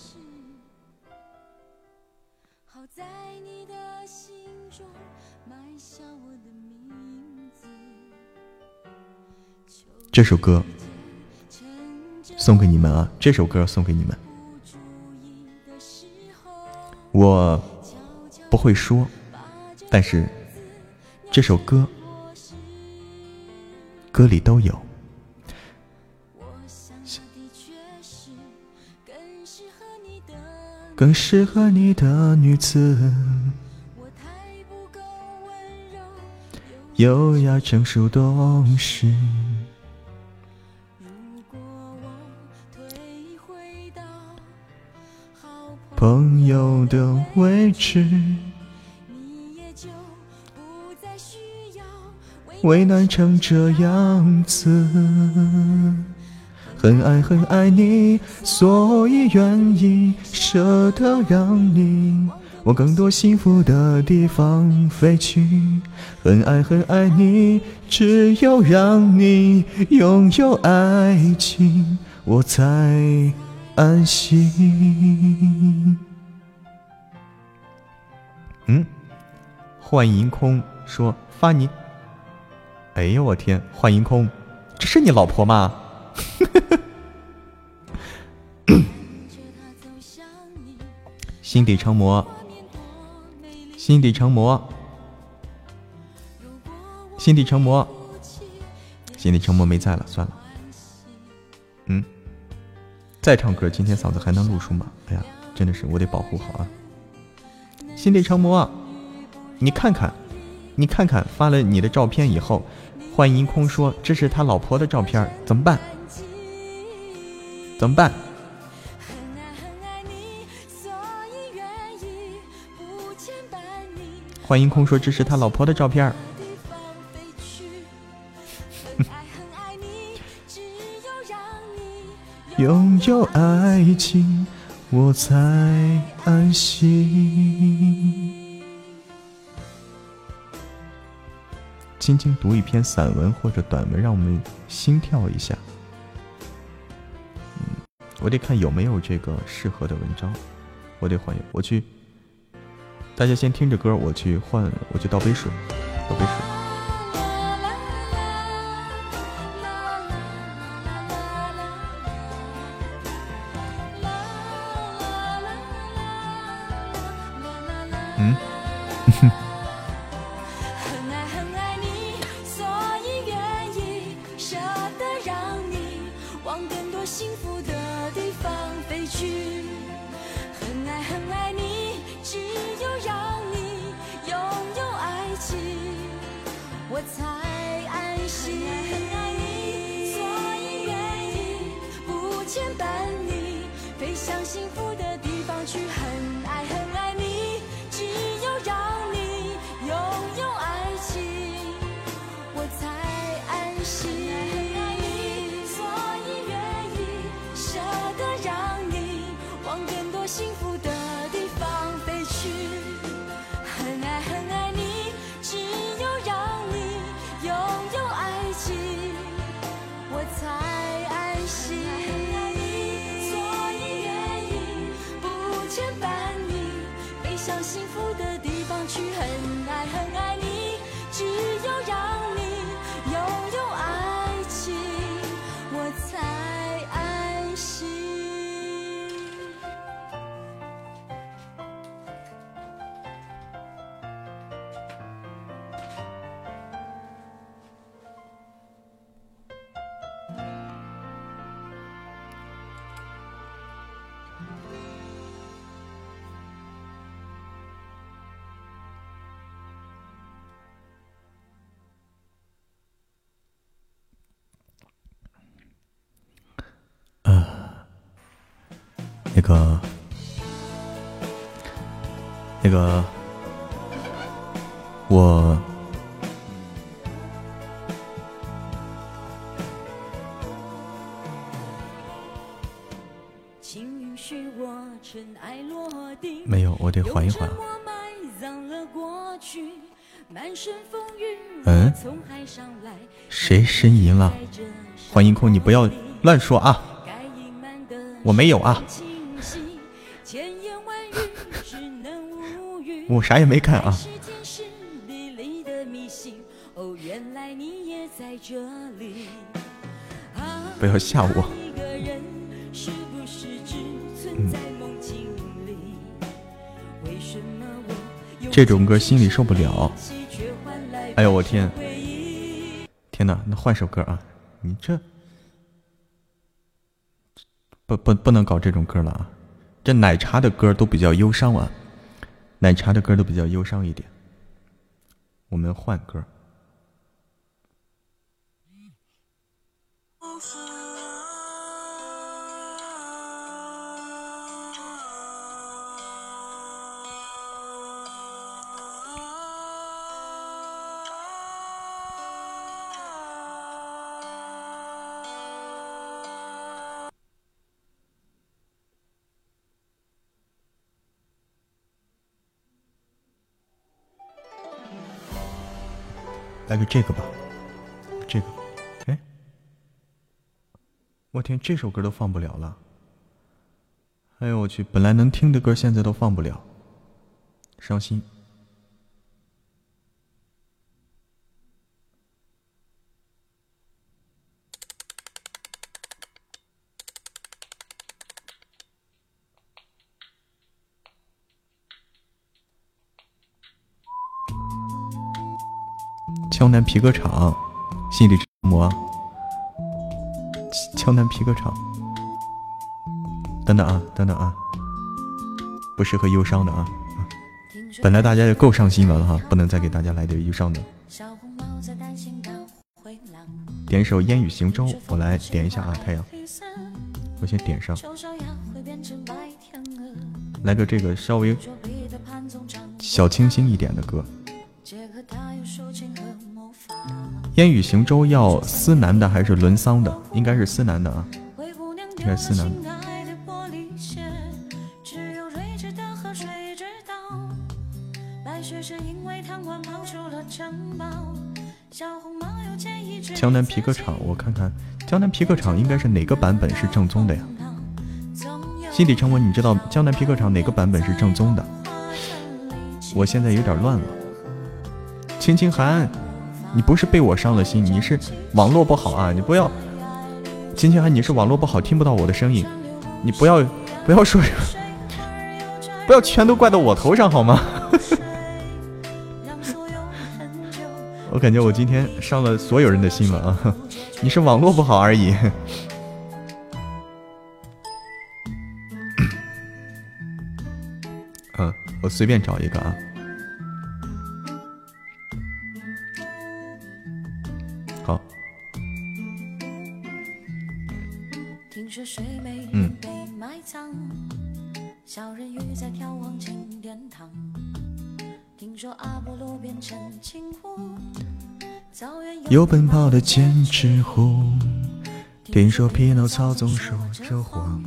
这首歌送给你们啊，这首歌送给你们。我不会说，但是这首歌歌里都有。更适合你的女子，优雅成熟懂事，朋友的位置，为难成这样子。很爱很爱你，所以愿意舍得让你往更多幸福的地方飞去。很爱很爱你，只有让你拥有爱情，我才安心。嗯，幻银空说发你。哎呦我天，幻银空，这是你老婆吗？心底成魔，心底成魔，心底成魔。 心里沉默没在了，算了。嗯，再唱歌，今天嗓子还能录书吗？哎呀，真的是我得保护好啊。心地成魔啊，你看看，你看看，发了你的照片以后，幻音空说这是他老婆的照片，怎么办？怎么办？幻音空说这是他老婆的照片。拥有爱情，我才安心。轻轻读一篇散文或者短文，让我们心跳一下。嗯，我得看有没有这个适合的文章，我得换，我去。大家先听着歌，我去换，我去倒杯水，倒杯水。嗯，很爱很爱你，所以愿意舍得让你往更多幸福的地方飞去。很爱很爱你，只有让你拥有爱情，我才安心。很爱你，所以愿意不牵绊你飞向幸福的地方去。很爱很爱你，只有让你拥有爱情，我才安心。很爱你，所以愿意舍得让你往更多幸福的地方飞去。很爱很爱你，只有让你拥有爱情，我才安心。很爱你，所以愿意不牵绊你飞向幸福的地方去。很爱很爱你，只有让你拥有爱情，我才安心。那个，那个，我没有，我得缓一缓。嗯，谁呻吟了？欢迎空，你不要乱说啊！我没有啊。我啥也没看啊！不要吓我！嗯，这种歌心里受不了。哎呦我天！天哪，那换首歌啊！你这不不不能搞这种歌了啊！这奶茶的歌都比较忧伤啊。奶茶的歌都比较忧伤一点，我们换歌。来个这个吧，这个，哎，我天，这首歌都放不了了。哎呦我去，本来能听的歌现在都放不了，伤心。江南皮革厂，心里沉魔，江南皮革厂。等等啊，等等啊，不适合忧伤的啊。本来大家就够伤心了哈，不能再给大家来点忧伤的。点一首《烟雨行舟》，我来点一下啊，太阳。我先点上，来个这个稍微小清新一点的歌。烟雨行舟要思南的还是伦桑的？应该是思南的啊，应该是思南的。江南皮革厂，我看看江南皮革厂应该是哪个版本是正宗的呀？心底沉稳，你知道江南皮革厂哪个版本是正宗的？我现在有点乱了。青青寒，你不是被我伤了心，你是网络不好啊！你不要，青青寒，你是网络不好，听不到我的声音。你不要不要说，不要全都怪到我头上好吗？我感觉我今天伤了所有人的心了啊！你是网络不好而已。嗯，我随便找一个啊。好。嗯。有奔跑的剑齿虎，听说匹诺曹总守着荒。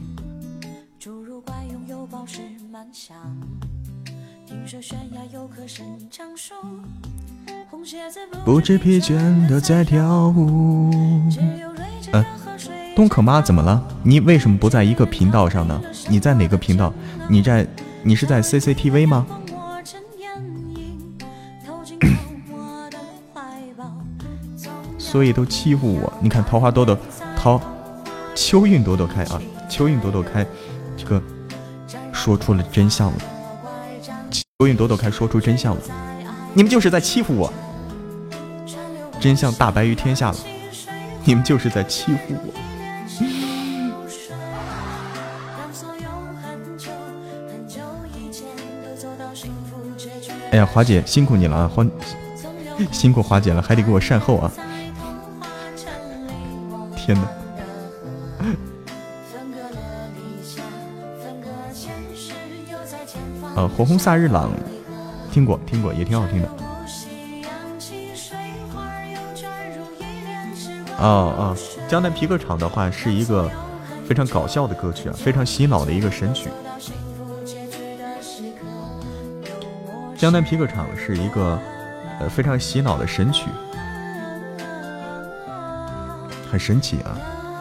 不知疲倦的在跳舞。嗯，东可妈怎么了？你为什么不在一个频道上呢？你在哪个频道？你在你是在 C C T V 吗？所以都欺负我。你看桃花朵朵，桃秋韵朵朵开啊，秋韵朵朵开，这个说出了真相了。秋韵朵朵开说出真相了，你们就是在欺负我。真相大白于天下了，你们就是在欺负我。哎呀，华姐辛苦你了啊，欢辛苦华姐了，还得给我善后啊。天哪！啊，火红萨日朗，听过听过，也挺好听的。哦哦，江南皮革厂的话是一个非常搞笑的歌曲啊，非常洗脑的一个神曲。江南皮革厂是一个呃非常洗脑的神曲。很神奇啊！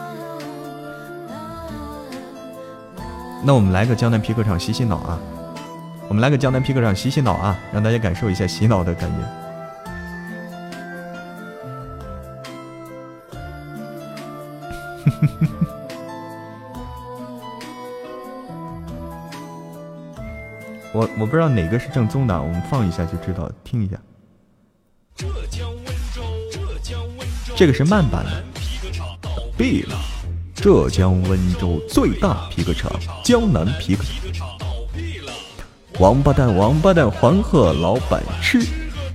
那我们来个江南皮革厂洗洗脑啊！我们来个江南皮革厂洗洗脑啊，让大家感受一下洗脑的感觉。我我不知道哪个是正宗的，我们放一下就知道，听一下。这个是慢版的。毙了！浙江温州最大皮革厂江南皮革厂，王八蛋王八蛋，黄鹤老板吃，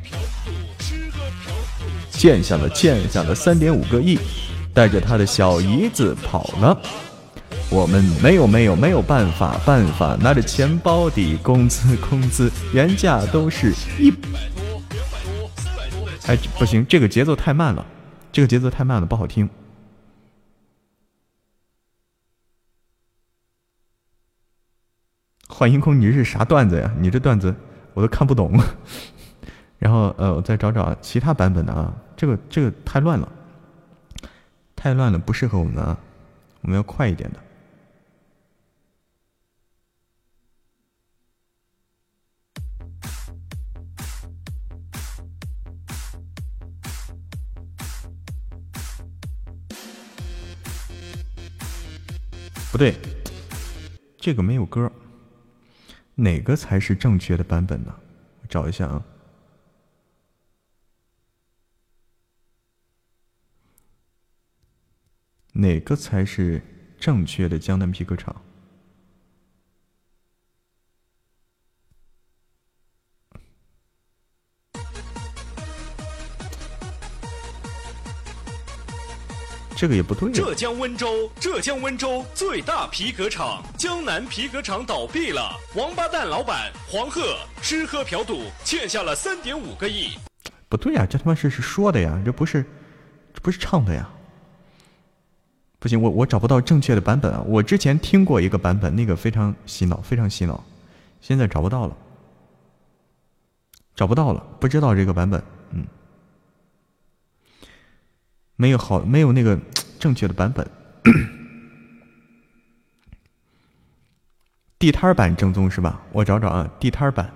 欠下了欠下了三点五个亿，带着他的小姨子跑了。我们没有没有没有办法办法，拿着钱包底，工资工资，原价都是一。哎，不行，这个节奏太慢了，这个节奏太慢了，不好听。幻星空，你这是啥段子呀？你这段子我都看不懂。然后呃，我再找找其他版本的啊，这个这个太乱了，太乱了，不适合我们啊，我们要快一点的。不对，这个没有歌。哪个才是正确的版本呢？我找一下啊。 哪个才是正确的江南皮革厂？这个也不对。 浙江温州，浙江温州最大皮革厂江南皮革厂倒闭了，王八蛋老板黄鹤吃喝嫖赌，欠下了三点五个亿。 不对呀、啊，这他妈是是说的呀，这不是，这不是唱的呀。不行，我我找不到正确的版本啊！我之前听过一个版本，那个非常洗脑，非常洗脑，现在找不到了，找不到了，不知道这个版本，嗯。没有好，没有那个正确的版本。地摊版正宗是吧？我找找啊，地摊版。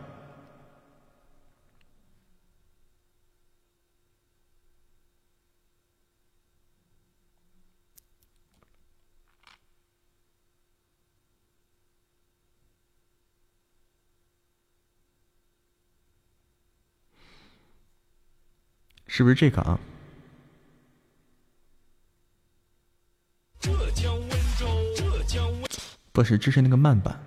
是不是这个啊？ 浙江温州，浙江温不是，这是那个慢版。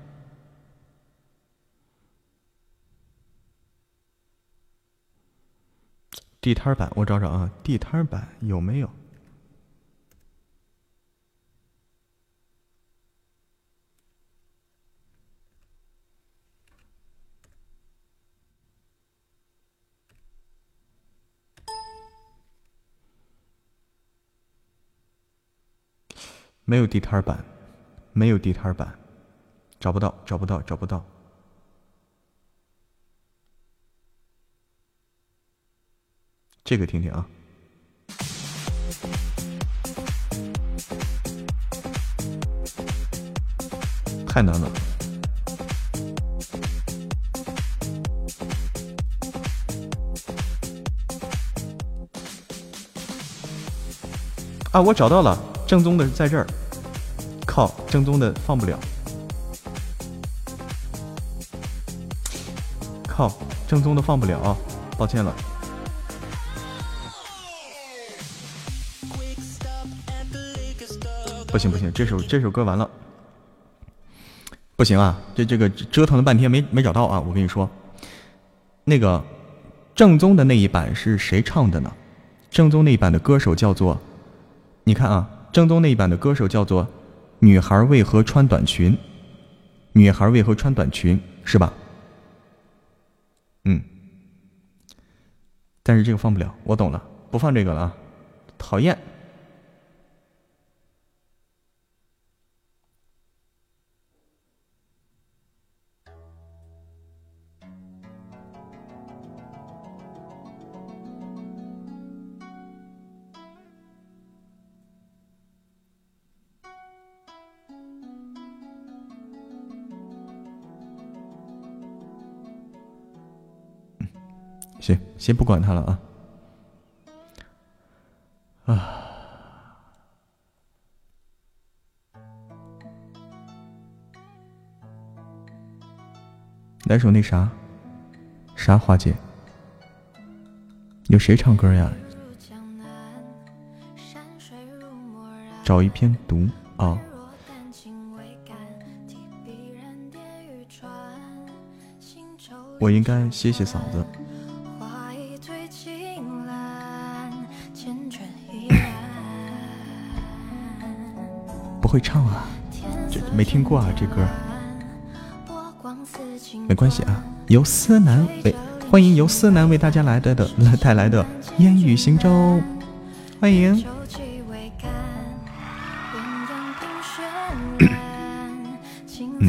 地摊版，我找找啊，地摊版有没有？没有地摊版，没有地摊版，找不到，找不到，找不到。这个听听啊，太难了。啊，我找到了。正宗的在这儿，靠，正宗的放不了，靠，正宗的放不了啊，抱歉了。不行不行，这首这首歌完了，不行啊，这这个折腾了半天没没找到啊，我跟你说，那个正宗的那一版是谁唱的呢？正宗那一版的歌手叫做，你看啊。正宗那一版的歌手叫做女孩为何穿短裙，女孩为何穿短裙是吧？嗯，但是这个放不了，我懂了，不放这个了啊，讨厌。行，先不管他了啊。啊，来首那啥，啥花姐？有谁唱歌呀？找一篇读啊。我应该歇歇嗓子。不会唱啊，这没听过啊，这歌没关系啊。由思南为欢迎由思南为大家来的的来带来的烟雨行舟，欢迎。嗯，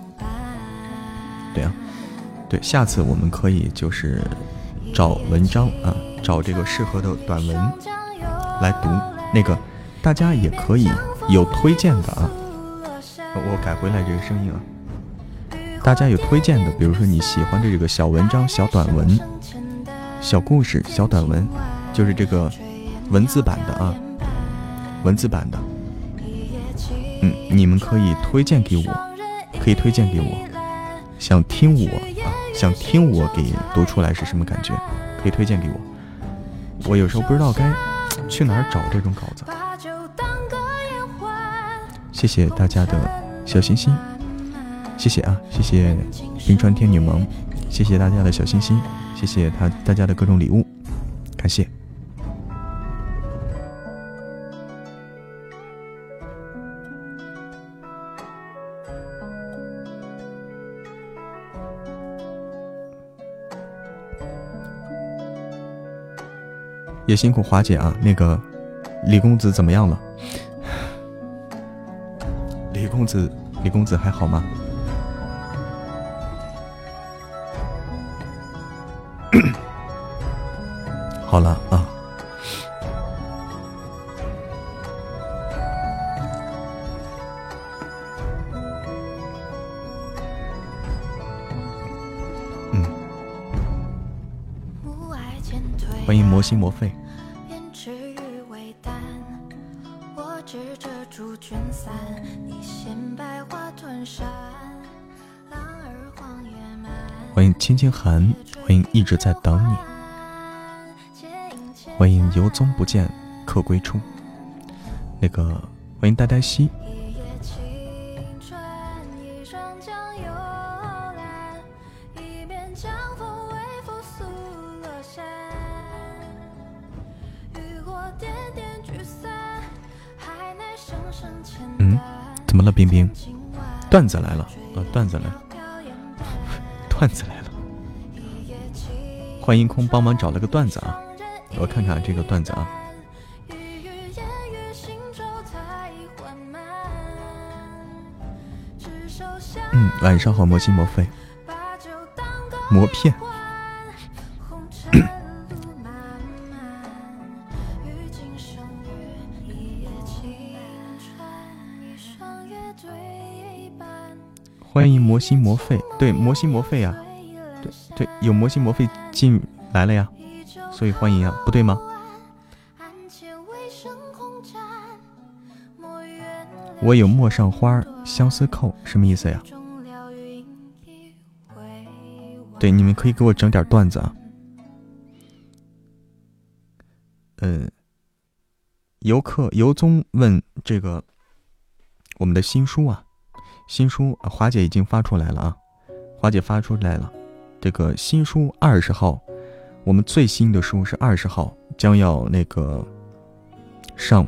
对啊，对，下次我们可以就是找文章啊，找这个适合的短文来读，那个大家也可以。有推荐的啊，我改回来这个声音啊。大家有推荐的，比如说你喜欢的这个小文章、小短文、小故事、小短文，就是这个文字版的啊，文字版的。嗯，你们可以推荐给我，可以推荐给我。想听我啊，想听我给读出来是什么感觉？可以推荐给我。我有时候不知道该去哪儿找这种稿子。 谢谢大家的小心心，谢谢啊，谢谢冰川天女萌，谢谢大家的小心心，谢谢他大家的各种礼物，感谢。也辛苦华姐啊，那个李公子怎么样了？李公子，李公子还好吗？好了啊。嗯。欢迎魔心魔肺。欢迎青青寒，欢迎一直在等你，欢迎游踪不见客归处，那个欢迎呆呆西，嗯，怎么了，冰冰？段子来了，呃，段子来了。段子来了，欢迎空帮忙找了个段子啊，我看看这个段子啊。嗯，晚上好，魔心魔肺，魔片。欢迎魔心魔肺，对，魔心魔肺啊，对对，有魔心魔肺进来了呀，所以欢迎啊，不对吗？我有陌上花相思扣，什么意思呀？对，你们可以给我整点段子啊。嗯，游客游踪问这个我们的新书啊。新书华姐已经发出来了啊，华姐发出来了，这个新书二十号，我们最新的书是二十号将要那个上，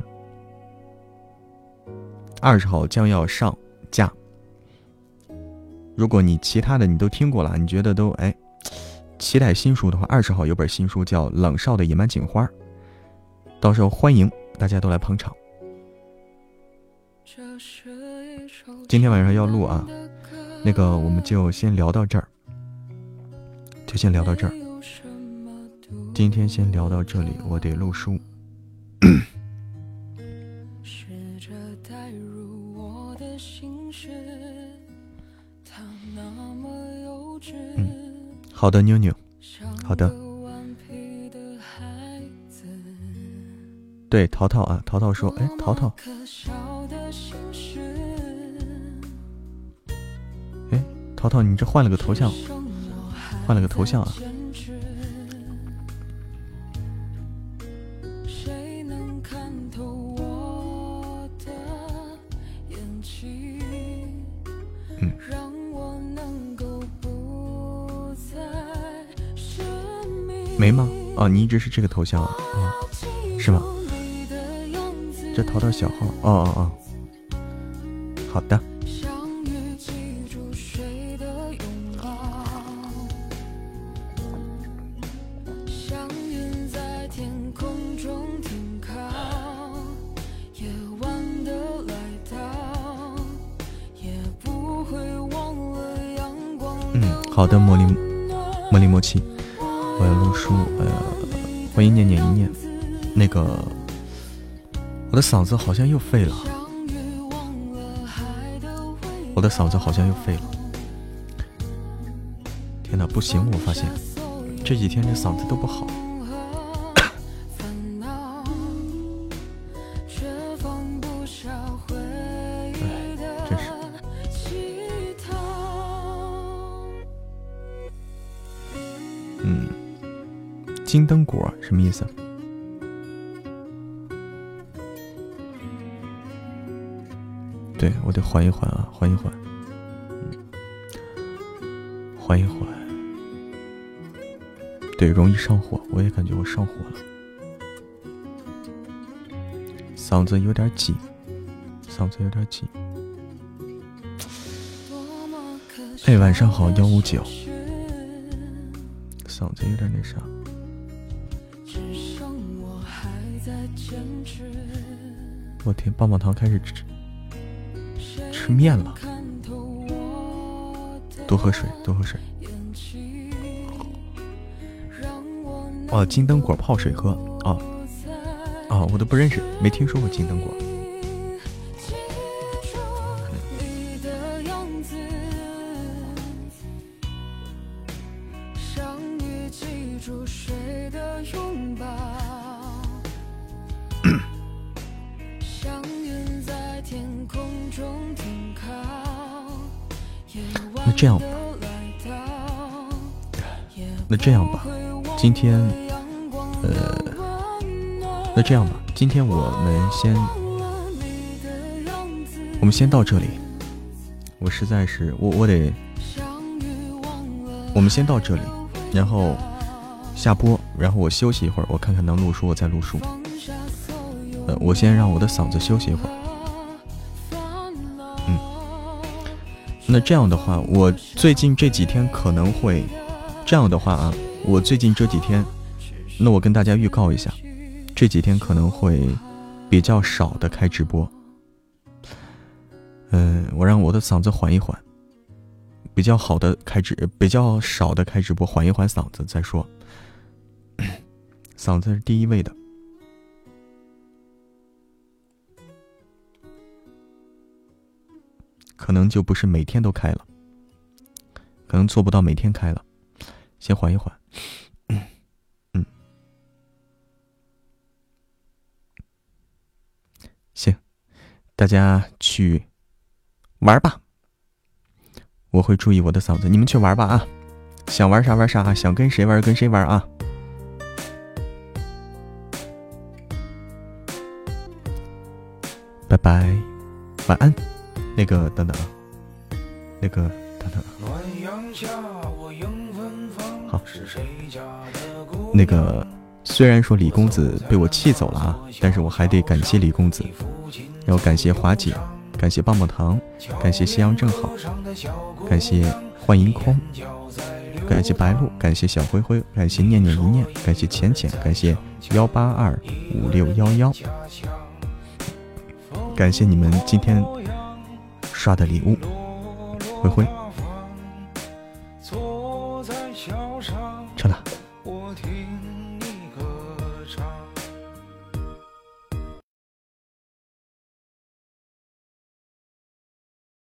二十号将要上架。如果你其他的你都听过了，你觉得都哎期待新书的话，二十号有本新书叫《冷少的野蛮警花》，到时候欢迎大家都来捧场。今天晚上要录啊，那个我们就先聊到这儿，就先聊到这儿。今天先聊到这里，我得录书。嗯，好的，妞妞，好的。对，淘淘啊，淘淘说，哎，淘淘。哎，淘淘，你这换了个头像，换了个头像啊！嗯，没吗？哦，你一直是这个头像啊？嗯，是吗？这淘淘小号，哦哦哦，好的。好的，茉莉茉莉默契，我要录书，呃，欢迎念念一念。那个，我的嗓子好像又废了，我的嗓子好像又废了。天哪，不行！我发现这几天这嗓子都不好。金灯果什么意思？ 对，我得缓一缓啊，缓一缓，嗯，缓一缓。对，容易上火，我也感觉我上火了，嗓子有点紧，嗓子有点紧。哎，晚上好，幺五九，嗓子有点那啥。我天，棒棒糖开始吃吃面了，多喝水，多喝水。哦，金灯果泡水喝，哦，哦，我都不认识，没听说过金灯果。那这样吧，那这样吧，今天，呃，那这样吧，今天我们先，我们先到这里。我实在是，我我得，我们先到这里，然后下播，然后我休息一会儿，我看看能录书，我再录书。呃，我先让我的嗓子休息一会儿。嗯，那这样的话，我最近这几天可能会，这样的话啊，我最近这几天，那我跟大家预告一下，这几天可能会比较少的开直播。嗯、呃，我让我的嗓子缓一缓，比较好的开直，比较少的开直播，缓一缓嗓子再说。嗓子是第一位的。可能就不是每天都开了，可能做不到每天开了，先缓一缓。嗯嗯，行，大家去玩吧，我会注意我的嗓子，你们去玩吧啊，想玩啥玩啥啊，想跟谁玩跟谁玩啊。拜拜，晚安。那个等等啊，那个等等啊，好，那个虽然说李公子被我气走了啊，但是我还得感谢李公子，然后感谢华姐，感谢棒棒糖，感谢夕阳正好，感谢幻银空，感谢白鹿，感谢小灰灰，感谢念念一念，感谢浅浅，感谢幺八二五六幺幺，感谢你们今天刷的礼物，灰灰，撤了。